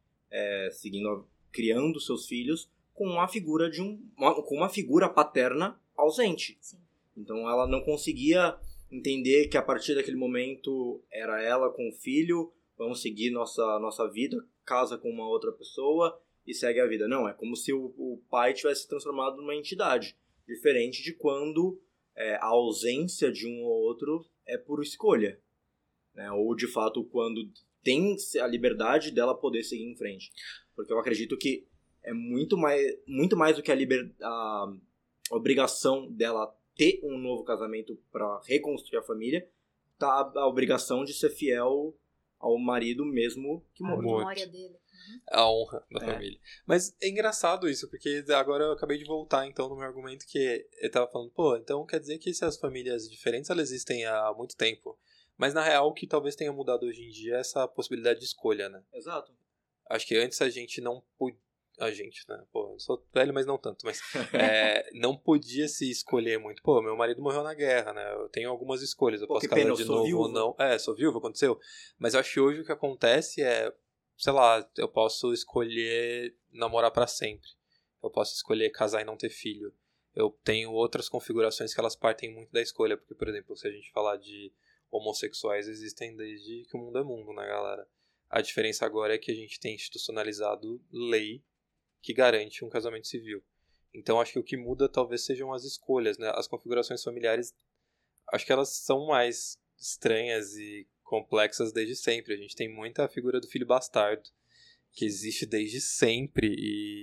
criando seus filhos com uma figura com uma figura paterna ausente. Sim. Então ela não conseguia entender que a partir daquele momento era ela com o filho, vamos seguir nossa vida, casa com uma outra pessoa e segue a vida. Não, é como se o pai tivesse se transformado numa entidade, diferente de quando a ausência de um ou outro é por escolha, né? Ou de fato quando tem a liberdade dela poder seguir em frente. Porque eu acredito que é muito mais do que a obrigação dela ter um novo casamento para reconstruir a família, tá a obrigação de ser fiel ao marido mesmo que morto. A memória dele. A honra da família. Mas é engraçado isso, porque agora eu acabei de voltar então no meu argumento que eu tava falando, então quer dizer que essas famílias diferentes elas existem há muito tempo. Mas na real o que talvez tenha mudado hoje em dia é essa possibilidade de escolha, né? Exato. Acho que antes a gente não podia... A gente, né? Eu sou velho, mas não tanto. Mas não podia se escolher muito. Meu marido morreu na guerra, né? Eu tenho algumas escolhas. Eu posso casar de novo ou não. Sou viúva, aconteceu. Mas eu acho que hoje o que acontece é... Sei lá, eu posso escolher namorar pra sempre. Eu posso escolher casar e não ter filho. Eu tenho outras configurações que elas partem muito da escolha. Porque, por exemplo, se a gente falar de homossexuais, existem desde que o mundo é mundo, né, galera? A diferença agora é que a gente tem institucionalizado lei que garante um casamento civil. Então acho que o que muda talvez sejam as escolhas, né? As configurações familiares, acho que elas são mais estranhas e complexas desde sempre. A gente tem muita figura do filho bastardo, que existe desde sempre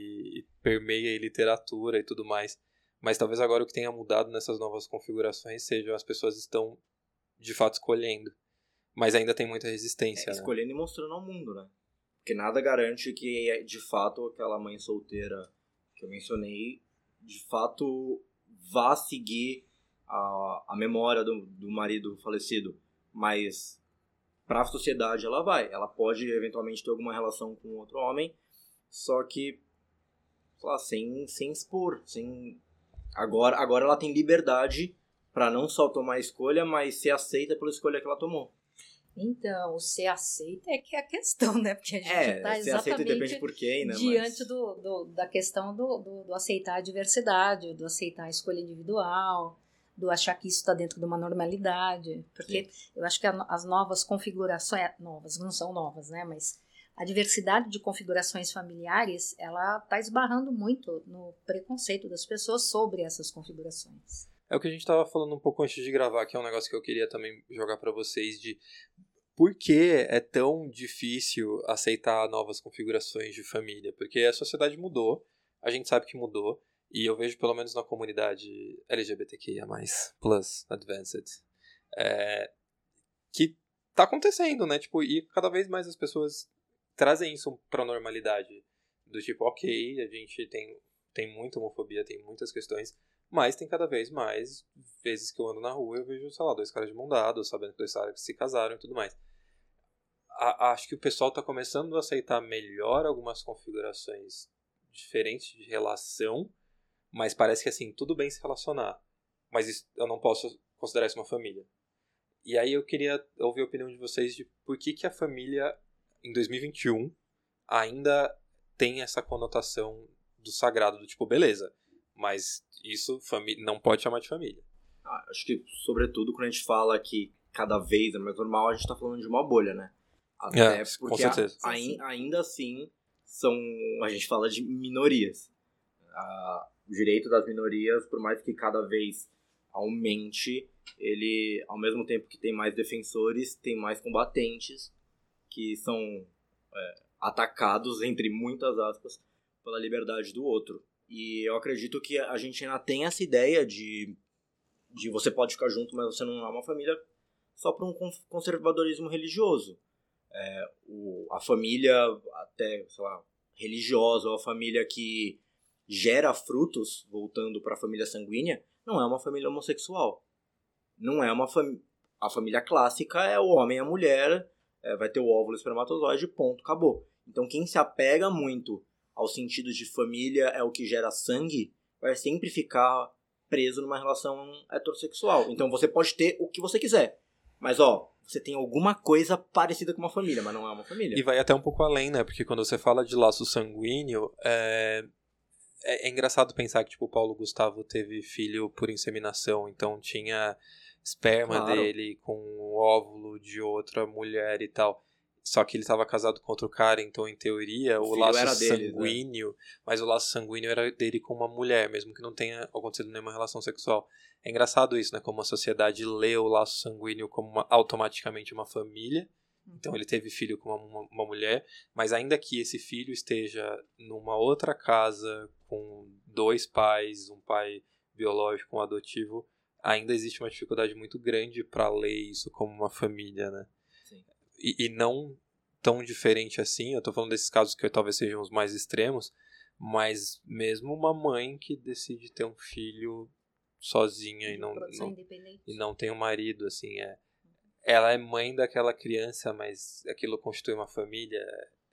e permeia a literatura e tudo mais. Mas talvez agora o que tenha mudado nessas novas configurações sejam as pessoas estão de fato escolhendo. Mas ainda tem muita resistência, né? Escolhendo e mostrando ao mundo, né? Porque nada garante que, de fato, aquela mãe solteira que eu mencionei, de fato, vá seguir a memória do marido falecido. Mas, para a sociedade, ela vai. Ela pode, eventualmente, ter alguma relação com outro homem, só que, sei lá, sem expor. Agora ela tem liberdade para não só tomar a escolha, mas ser aceita pela escolha que ela tomou. Então, o ser aceita é que é a questão, né? Porque a gente está exatamente depende por quem, né? diante da questão do aceitar a diversidade, do aceitar a escolha individual, do achar que isso está dentro de uma normalidade. Porque eu acho que as novas configurações, novas, não são novas, né? Mas a diversidade de configurações familiares, ela está esbarrando muito no preconceito das pessoas sobre essas configurações. É o que a gente estava falando um pouco antes de gravar, que é um negócio que eu queria também jogar para vocês, de por que é tão difícil aceitar novas configurações de família? Porque a sociedade mudou, a gente sabe que mudou, e eu vejo pelo menos na comunidade LGBTQIA+, plus advanced, que tá acontecendo, né? Tipo, e cada vez mais as pessoas trazem isso pra normalidade. Do tipo, ok, a gente tem muita homofobia, tem muitas questões, mas tem cada vez mais vezes que eu ando na rua e eu vejo, sei lá, 2 caras de mão dada, sabendo que 2 caras se casaram e tudo mais. Acho que o pessoal tá começando a aceitar melhor algumas configurações diferentes de relação, mas parece que assim, tudo bem se relacionar, mas isso, eu não posso considerar isso uma família. E aí eu queria ouvir a opinião de vocês de por que a família, em 2021, ainda tem essa conotação do sagrado, do tipo, beleza, mas isso não pode chamar de família. Acho que, sobretudo, quando a gente fala que cada vez é mais normal, a gente tá falando de uma bolha, né? Até porque com certeza. Ainda assim, a gente fala de minorias. O direito das minorias, por mais que cada vez aumente, ele, ao mesmo tempo que tem mais defensores, tem mais combatentes que são atacados, entre muitas aspas, pela liberdade do outro. E eu acredito que a gente ainda tem essa ideia de você pode ficar junto, mas você não é uma família, só por um conservadorismo religioso. A família, até, sei lá, religiosa, ou a família que gera frutos, voltando para a família sanguínea, não é uma família homossexual. Não é a família clássica é o homem e a mulher, vai ter o óvulo e o espermatozoide, ponto, acabou. Então quem se apega muito ao sentido de família é o que gera sangue, vai sempre ficar preso numa relação heterossexual. Então você pode ter o que você quiser, mas você tem alguma coisa parecida com uma família, mas não é uma família. E vai até um pouco além, né? Porque quando você fala de laço sanguíneo, é engraçado pensar que tipo, o Paulo Gustavo teve filho por inseminação, então tinha esperma dele com o óvulo de outra mulher e tal. Só que ele estava casado com outro cara, então em teoria o laço sanguíneo, né? Mas o laço sanguíneo era dele com uma mulher, mesmo que não tenha acontecido nenhuma relação sexual. É engraçado isso, né? Como a sociedade lê o laço sanguíneo como automaticamente uma família. Então ele teve filho com uma mulher, mas ainda que esse filho esteja numa outra casa com 2 pais, um pai biológico, um adotivo, ainda existe uma dificuldade muito grande para ler isso como uma família, né? Sim. E não tão diferente assim, eu tô falando desses casos que talvez sejam os mais extremos, mas mesmo uma mãe que decide ter um filho sozinha e não tem um marido, assim, ela é mãe daquela criança, mas aquilo constitui uma família.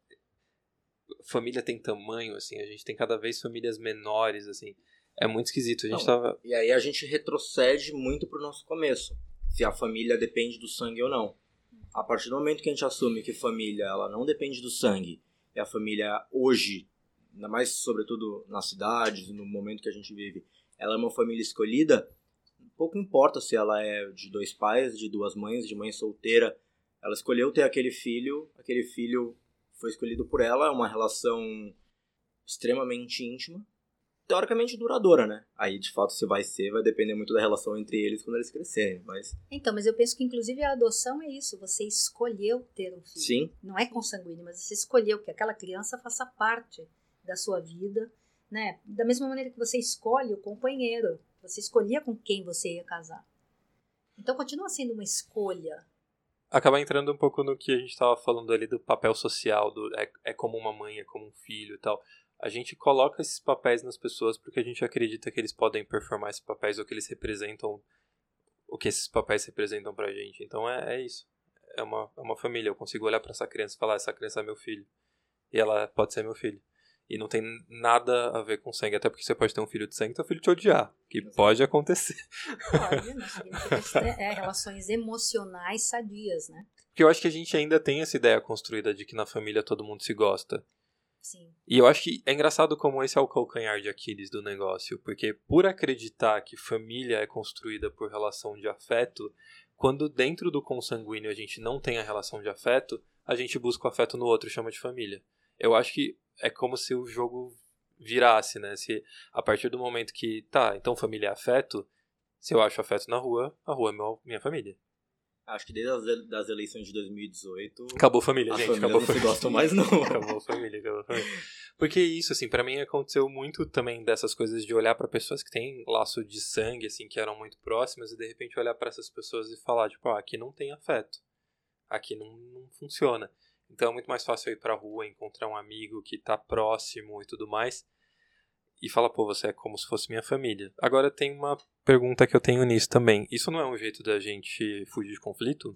Família tem tamanho, assim, a gente tem cada vez famílias menores, assim, é muito esquisito. E aí a gente retrocede muito pro nosso começo, se a família depende do sangue ou não. A partir do momento que a gente assume que família ela não depende do sangue, e a família hoje, ainda mais sobretudo nas cidades, no momento que a gente vive, ela é uma família escolhida, pouco importa se ela é de 2 pais, de 2 mães, de mãe solteira, ela escolheu ter aquele filho foi escolhido por ela, é uma relação extremamente íntima, teoricamente duradoura, né? Aí, de fato, se vai depender muito da relação entre eles quando eles crescerem, mas... Então, mas eu penso que, inclusive, a adoção é isso. Você escolheu ter um filho. Sim. Não é consanguíneo, mas você escolheu que aquela criança faça parte da sua vida, né? Da mesma maneira que você escolhe o companheiro. Você escolhia com quem você ia casar. Então, continua sendo uma escolha. Acaba entrando um pouco no que a gente estava falando ali do papel social, é como uma mãe, é como um filho e tal. A gente coloca esses papéis nas pessoas porque a gente acredita que eles podem performar esses papéis ou que eles representam o que esses papéis representam pra gente. Então é isso. É uma família. Eu consigo olhar pra essa criança e falar, essa criança é meu filho. E ela pode ser meu filho. E não tem nada a ver com sangue. Até porque você pode ter um filho de sangue e teu filho te odiar. Que pode acontecer. Pode, não significa relações emocionais sadias, né? Porque eu acho que a gente ainda tem essa ideia construída de que na família todo mundo se gosta. Sim. E eu acho que é engraçado como esse é o calcanhar de Aquiles do negócio, porque por acreditar que família é construída por relação de afeto, quando dentro do consanguíneo a gente não tem a relação de afeto, a gente busca o afeto no outro e chama de família. Eu acho que é como se o jogo virasse, né? Se a partir do momento que, então família é afeto, se eu acho afeto na rua, a rua é minha família. Acho que desde as eleições de 2018... Acabou a família, gente. Acabou a família. Não se gostam mais, não. Acabou a família. Porque isso, assim, pra mim aconteceu muito também dessas coisas de olhar pra pessoas que têm laço de sangue, assim, que eram muito próximas, e de repente olhar pra essas pessoas e falar, tipo, aqui não tem afeto. Aqui não funciona. Então é muito mais fácil eu ir pra rua, encontrar um amigo que tá próximo e tudo mais, e falar, você é como se fosse minha família. Agora tem uma pergunta que eu tenho nisso também. Isso não é um jeito da gente fugir de conflito?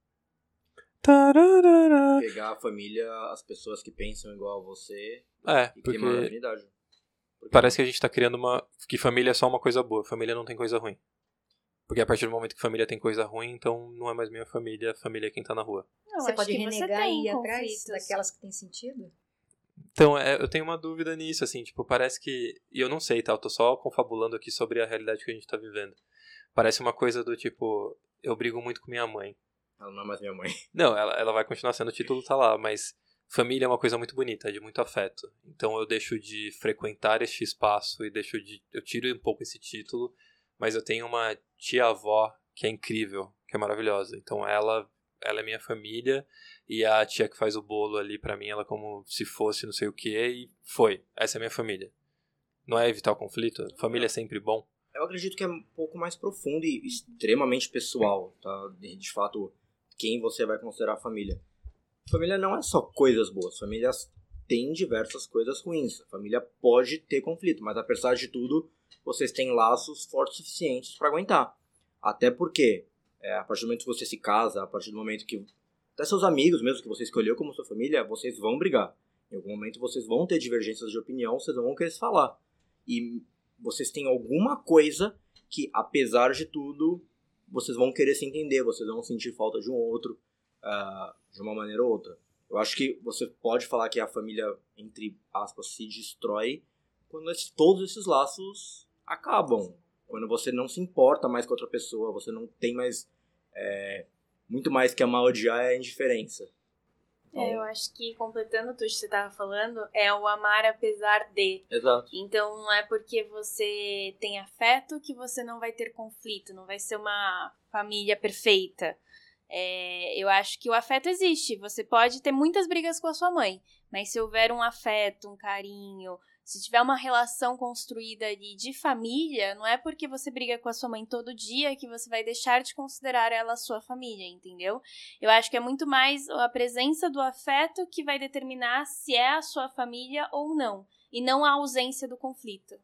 Tararara. Pegar a família, as pessoas que pensam igual a você e porque queimar a afinidade. Parece que a gente tá criando que família é só uma coisa boa. Família não tem coisa ruim. Porque a partir do momento que família tem coisa ruim, então não é mais minha família, a família é quem tá na rua. Você pode renegar e ir atrás daquelas que tem sentido? Então, eu tenho uma dúvida nisso, assim, tipo, parece que... E eu não sei, tá? Eu tô só confabulando aqui sobre a realidade que a gente tá vivendo. Parece uma coisa do tipo, eu brigo muito com minha mãe. Ela não é mais minha mãe. Não, ela vai continuar sendo, o título tá lá, mas família é uma coisa muito bonita, é de muito afeto. Então eu deixo de frequentar este espaço e eu tiro um pouco esse título, mas eu tenho uma tia-avó que é incrível, que é maravilhosa. Então ela é minha família, e a tia que faz o bolo ali pra mim, ela como se fosse não sei o que, e foi. Essa é a minha família. Não é evitar o conflito? Família é sempre bom. Eu acredito que é um pouco mais profundo e extremamente pessoal, tá? De fato, quem você vai considerar família. Família não é só coisas boas. Famílias têm diversas coisas ruins. A família pode ter conflito, mas apesar de tudo, vocês têm laços fortes o suficientes para aguentar. Até porque, a partir do momento que você se casa, a partir do momento que até seus amigos mesmo que você escolheu como sua família, vocês vão brigar. Em algum momento vocês vão ter divergências de opinião, vocês vão querer se falar. E vocês têm alguma coisa que, apesar de tudo, vocês vão querer se entender, vocês vão sentir falta de um outro, de uma maneira ou outra. Eu acho que você pode falar que a família, entre aspas, se destrói quando todos esses laços acabam. Quando você não se importa mais com outra pessoa, você não tem mais... muito mais que amar ou odiar é a indiferença. Então, eu acho que, completando tudo que você estava falando, é o amar apesar de. Exato. Então, não é porque você tem afeto que você não vai ter conflito, não vai ser uma família perfeita. Eu acho que o afeto existe. Você pode ter muitas brigas com a sua mãe, mas se houver um afeto, um carinho, se tiver uma relação construída ali de família, não é porque você briga com a sua mãe todo dia que você vai deixar de considerar ela sua família, entendeu? Eu acho que é muito mais a presença do afeto que vai determinar se é a sua família ou não, e não a ausência do conflito.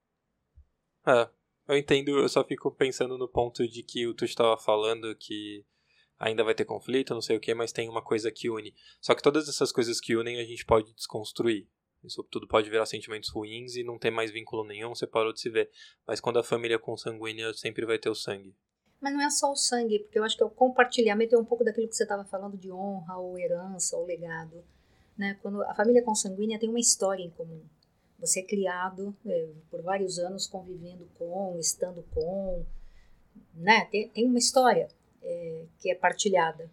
Eu entendo, eu só fico pensando no ponto de que o Tu estava falando que ainda vai ter conflito, não sei o que, mas tem uma coisa que une. Só que todas essas coisas que unem a gente pode desconstruir. Isso tudo pode virar sentimentos ruins e não ter mais vínculo nenhum, você parou de se ver. Mas quando a família é consanguínea, sempre vai ter o sangue. Mas não é só o sangue, porque eu acho que o compartilhamento é um pouco daquilo que você estava falando de honra, ou herança, ou legado. Né? Quando a família consanguínea tem uma história em comum. Você é criado por vários anos convivendo com, estando com, né? Tem uma história que é partilhada,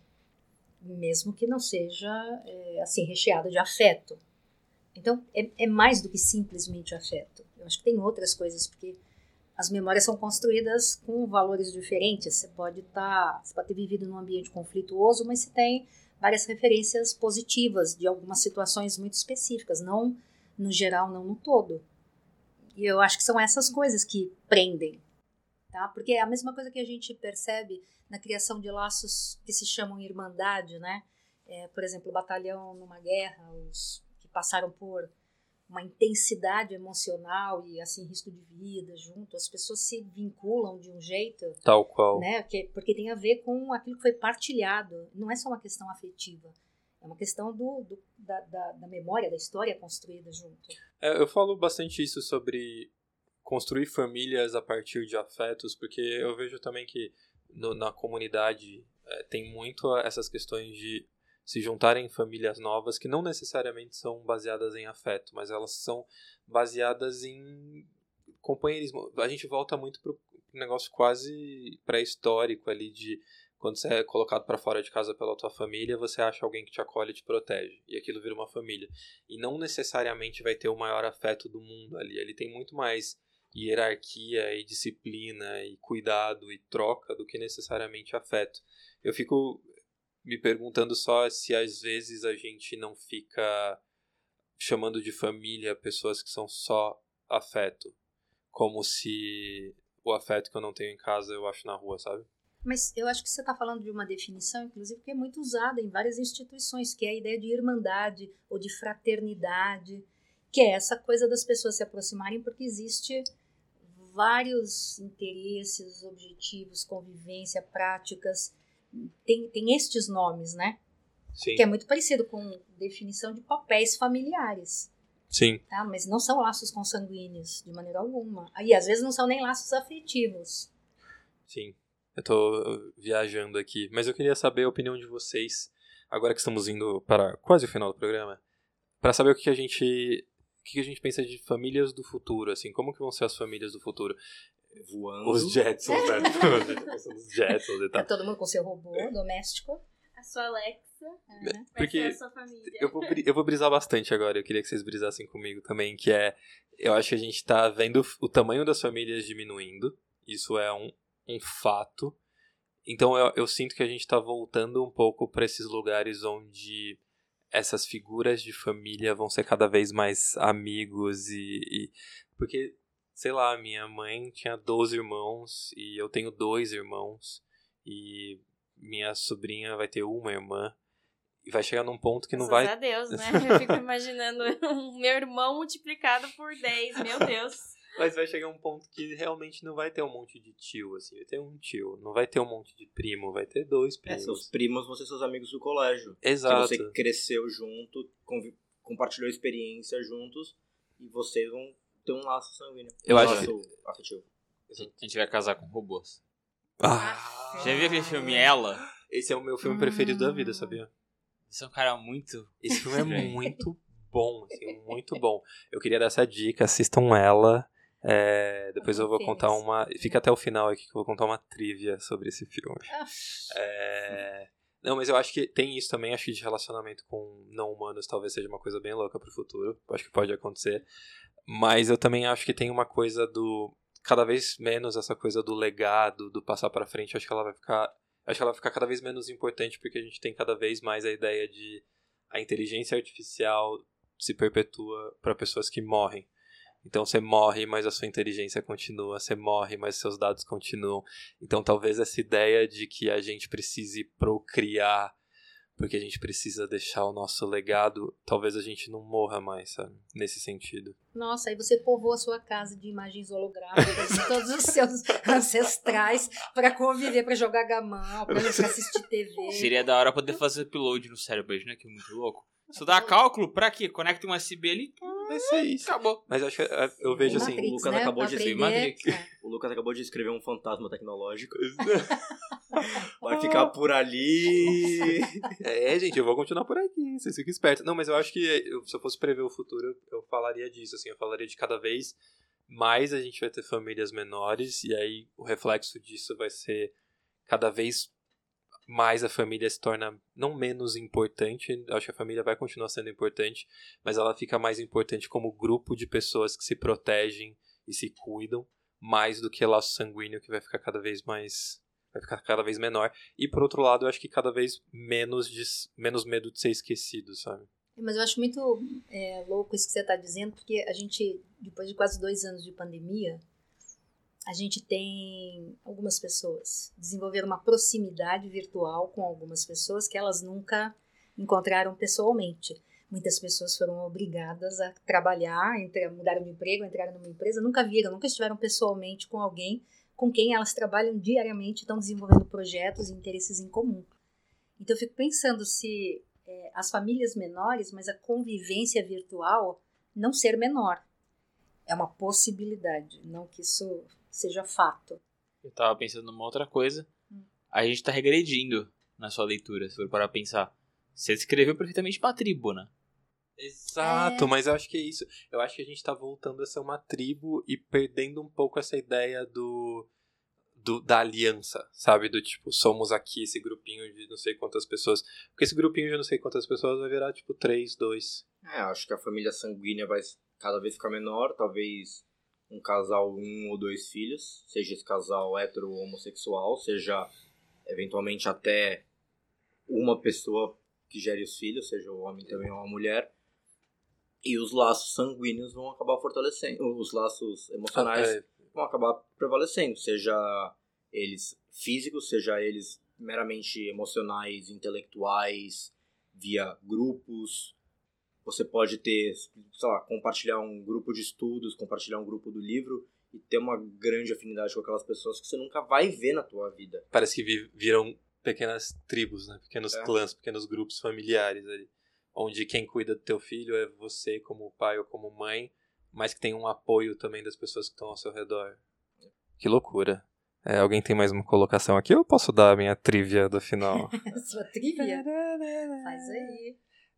mesmo que não seja assim, recheada de afeto. Então, é mais do que simplesmente afeto. Eu acho que tem outras coisas, porque as memórias são construídas com valores diferentes. Você pode ter vivido num ambiente conflituoso, mas você tem várias referências positivas de algumas situações muito específicas, não no geral, não no todo. E eu acho que são essas coisas que prendem, tá? Porque é a mesma coisa que a gente percebe na criação de laços que se chamam irmandade, né? Por exemplo, o batalhão numa guerra, os que passaram por uma intensidade emocional e assim risco de vida junto, as pessoas se vinculam de um jeito, tal qual, né? Porque tem a ver com aquilo que foi partilhado. Não é só uma questão afetiva. É uma questão da memória, da história construída junto. Eu falo bastante isso sobre construir famílias a partir de afetos, porque eu vejo também que na comunidade tem muito essas questões de se juntarem em famílias novas que não necessariamente são baseadas em afeto, mas elas são baseadas em companheirismo. A gente volta muito pro negócio quase pré-histórico ali de quando você é colocado para fora de casa pela tua família, você acha alguém que te acolhe e te protege. E aquilo vira uma família. E não necessariamente vai ter o maior afeto do mundo ali. Ele tem muito mais hierarquia e disciplina e cuidado e troca do que necessariamente afeto. Eu fico me perguntando só se às vezes a gente não fica chamando de família pessoas que são só afeto. Como se o afeto que eu não tenho em casa eu acho na rua, sabe? Mas eu acho que você está falando de uma definição, inclusive, que é muito usada em várias instituições, que é a ideia de irmandade ou de fraternidade, que é essa coisa das pessoas se aproximarem porque existe vários interesses, objetivos, convivência, práticas, tem estes nomes, né? Sim. Que é muito parecido com definição de papéis familiares. Sim. Tá? Mas não são laços consanguíneos, de maneira alguma. E às vezes não são nem laços afetivos. Sim. Eu tô viajando aqui, mas eu queria saber a opinião de vocês, agora que estamos indo para quase o final do programa. pra saber o que a gente pensa de famílias do futuro, assim, como que vão ser as famílias do futuro? Voando. Os Jetsons, né? Os Jetsons e tal. Tá todo mundo com seu robô doméstico. A sua Alexa vai Porque ser a sua família. eu vou brisar bastante agora, eu queria que vocês brisassem comigo também, que é, eu acho que a gente tá vendo o tamanho das famílias diminuindo, isso é um fato, então eu sinto que a gente tá voltando um pouco pra esses lugares onde essas figuras de família vão ser cada vez mais amigos porque, sei lá, minha mãe tinha 12 irmãos e eu tenho 2 irmãos e minha sobrinha vai ter uma irmã e vai chegar num ponto que não vai... Graças a Deus, né? Eu fico imaginando meu irmão multiplicado por 10, meu Deus. Mas vai chegar um ponto que realmente não vai ter um monte de tio, assim, vai ter um tio, não vai ter um monte de primo, vai ter 2 primos. Seus primos vão ser seus amigos do colégio. Exato. Que você cresceu junto, compartilhou experiência juntos e vocês vão ter um laço sanguíneo. Laço afetivo. A gente vai casar com robôs. Ah, Já viu aquele filme Ela? esse é o meu filme preferido da vida, sabia? Esse é um cara muito... Esse filme é muito bom, assim, muito bom. Eu queria dar essa dica, assistam Ela. Depois eu vou contar uma... Fica até o final aqui que eu vou contar uma trivia sobre esse filme. Não, mas eu acho que tem isso também. Acho que de relacionamento com não humanos talvez seja uma coisa bem louca pro futuro. Acho que pode acontecer. Mas eu também acho que tem uma coisa do... Cada vez menos essa coisa do legado, do passar pra frente. Acho que ela vai ficar cada vez menos importante porque a gente tem cada vez mais a ideia de a inteligência artificial se perpetua para pessoas que morrem. Então você morre, mas a sua inteligência continua. Você morre, mas seus dados continuam. Então talvez essa ideia de que a gente precise procriar porque a gente precisa deixar o nosso legado, talvez a gente não morra mais, sabe? Nesse sentido. Nossa, aí você povoa a sua casa de imagens holográficas de todos os seus ancestrais para conviver, para jogar gamão, para assistir TV. Seria da hora poder fazer upload no cérebro, né? Que é muito louco. Estudar cálculo, pra quê? Conecta um USB ali, vai ser isso. Acabou. Mas acho que eu vejo assim... Matrix, o Lucas né? acabou de Aprender. Matrix. O Lucas acabou de escrever um fantasma tecnológico. Vai ficar por ali. Gente, eu vou continuar por aqui, vocês ficam espertos. Não, mas eu acho que se eu fosse prever o futuro, eu falaria disso, assim, eu falaria de cada vez mais a gente vai ter famílias menores, e aí o reflexo disso vai ser cada vez mais a família se torna não menos importante, acho que a família vai continuar sendo importante, mas ela fica mais importante como grupo de pessoas que se protegem e se cuidam, mais do que laço sanguíneo, que vai ficar cada vez menor. E por outro lado, eu acho que cada vez menos medo de ser esquecido, sabe? Mas eu acho muito louco isso que você está dizendo, porque a gente, depois de quase 2 anos de pandemia, a gente tem algumas pessoas desenvolveram uma proximidade virtual com algumas pessoas que elas nunca encontraram pessoalmente. Muitas pessoas foram obrigadas a trabalhar, mudaram de emprego, entraram numa empresa, nunca estiveram pessoalmente com alguém com quem elas trabalham diariamente, estão desenvolvendo projetos e interesses em comum. Então eu fico pensando se as famílias menores, mas a convivência virtual não ser menor. É uma possibilidade, não que isso seja fato. Eu tava pensando numa outra coisa. A gente tá regredindo na sua leitura, se for parar pra pensar. Você descreveu perfeitamente uma tribo, né? Exato, mas eu acho que é isso. Eu acho que a gente tá voltando a ser uma tribo e perdendo um pouco essa ideia da aliança, sabe? Do tipo, somos aqui esse grupinho de não sei quantas pessoas. Porque esse grupinho de não sei quantas pessoas vai virar tipo 3, 2. Acho que a família sanguínea vai cada vez ficar menor, talvez um casal, 1 ou 2 filhos, seja esse casal hétero ou homossexual, seja eventualmente até uma pessoa que gere os filhos, seja o homem também ou a mulher, e os laços sanguíneos vão acabar fortalecendo, os laços emocionais vão acabar prevalecendo, seja eles físicos, seja eles meramente emocionais, intelectuais, via grupos. Você pode ter, sei lá, compartilhar um grupo de estudos, compartilhar um grupo do livro e ter uma grande afinidade com aquelas pessoas que você nunca vai ver na tua vida. Parece que viram pequenas tribos, né? Pequenos clãs, pequenos grupos familiares ali. Onde quem cuida do teu filho é você como pai ou como mãe, mas que tem um apoio também das pessoas que estão ao seu redor. Que loucura. Alguém tem mais uma colocação aqui ou eu posso dar a minha trivia do final? Sua trivia? Faz aí.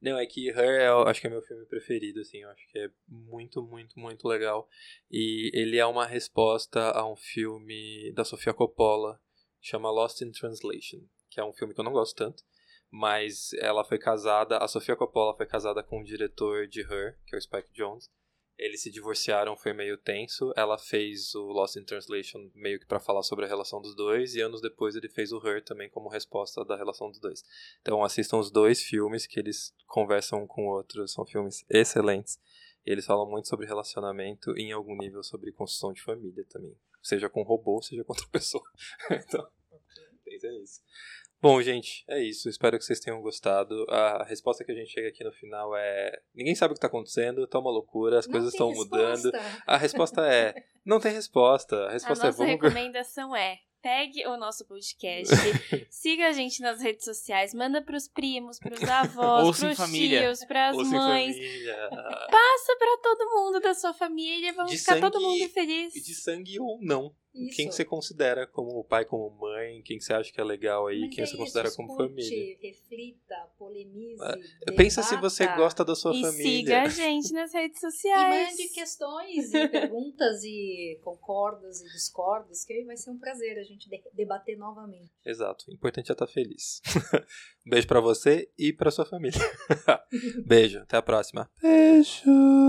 Não, é que Her acho que é meu filme preferido, assim, eu acho que é muito, muito, muito legal. E ele é uma resposta a um filme da Sofia Coppola, que chama Lost in Translation, que é um filme que eu não gosto tanto, mas ela foi casada, a Sofia Coppola foi casada com o diretor de Her, que é o Spike Jonze. Eles se divorciaram, foi meio tenso. Ela fez o Lost in Translation meio que pra falar sobre a relação dos dois. E anos depois ele fez o Her também como resposta da relação dos dois. Então assistam os dois filmes que eles conversam um com o outro. São filmes excelentes. E eles falam muito sobre relacionamento e em algum nível sobre construção de família também. Seja com robô, seja com outra pessoa. Então, é isso. Bom, gente, é isso. Espero que vocês tenham gostado. A resposta que a gente chega aqui no final é... Ninguém sabe o que está acontecendo, tá uma loucura, as coisas estão mudando. A resposta é... Não tem resposta. A resposta nossa recomendação é... Pegue o nosso podcast, siga a gente nas redes sociais, manda pros primos, pros avós, pros tios, pras mães. Passa pra todo mundo da sua família, vamos ficar todo mundo feliz. De sangue ou não. Isso. Quem você considera como pai, como mãe, quem você acha que é legal aí, quem você considera como família. Reflita, polemize, pensa se você gosta da sua família. E siga a gente nas redes sociais. E mande questões e perguntas e concordas e discordas, que aí vai ser um prazer a gente debater novamente. Exato, o importante é estar feliz. Um beijo pra você e pra sua família. Beijo, até a próxima. Beijo!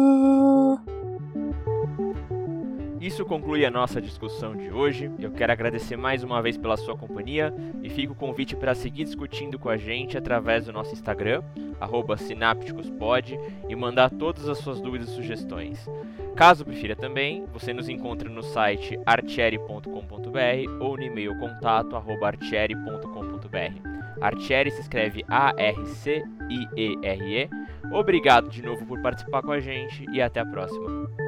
Isso conclui a nossa discussão de hoje. Eu quero agradecer mais uma vez pela sua companhia e fica o convite para seguir discutindo com a gente através do nosso Instagram, @sinápticospod, e mandar todas as suas dúvidas e sugestões. Caso prefira também, você nos encontra no site artieri.com.br ou no e-mail contato@artieri.com.br. Artieri se escreve ARCIERE. Obrigado de novo por participar com a gente e até a próxima.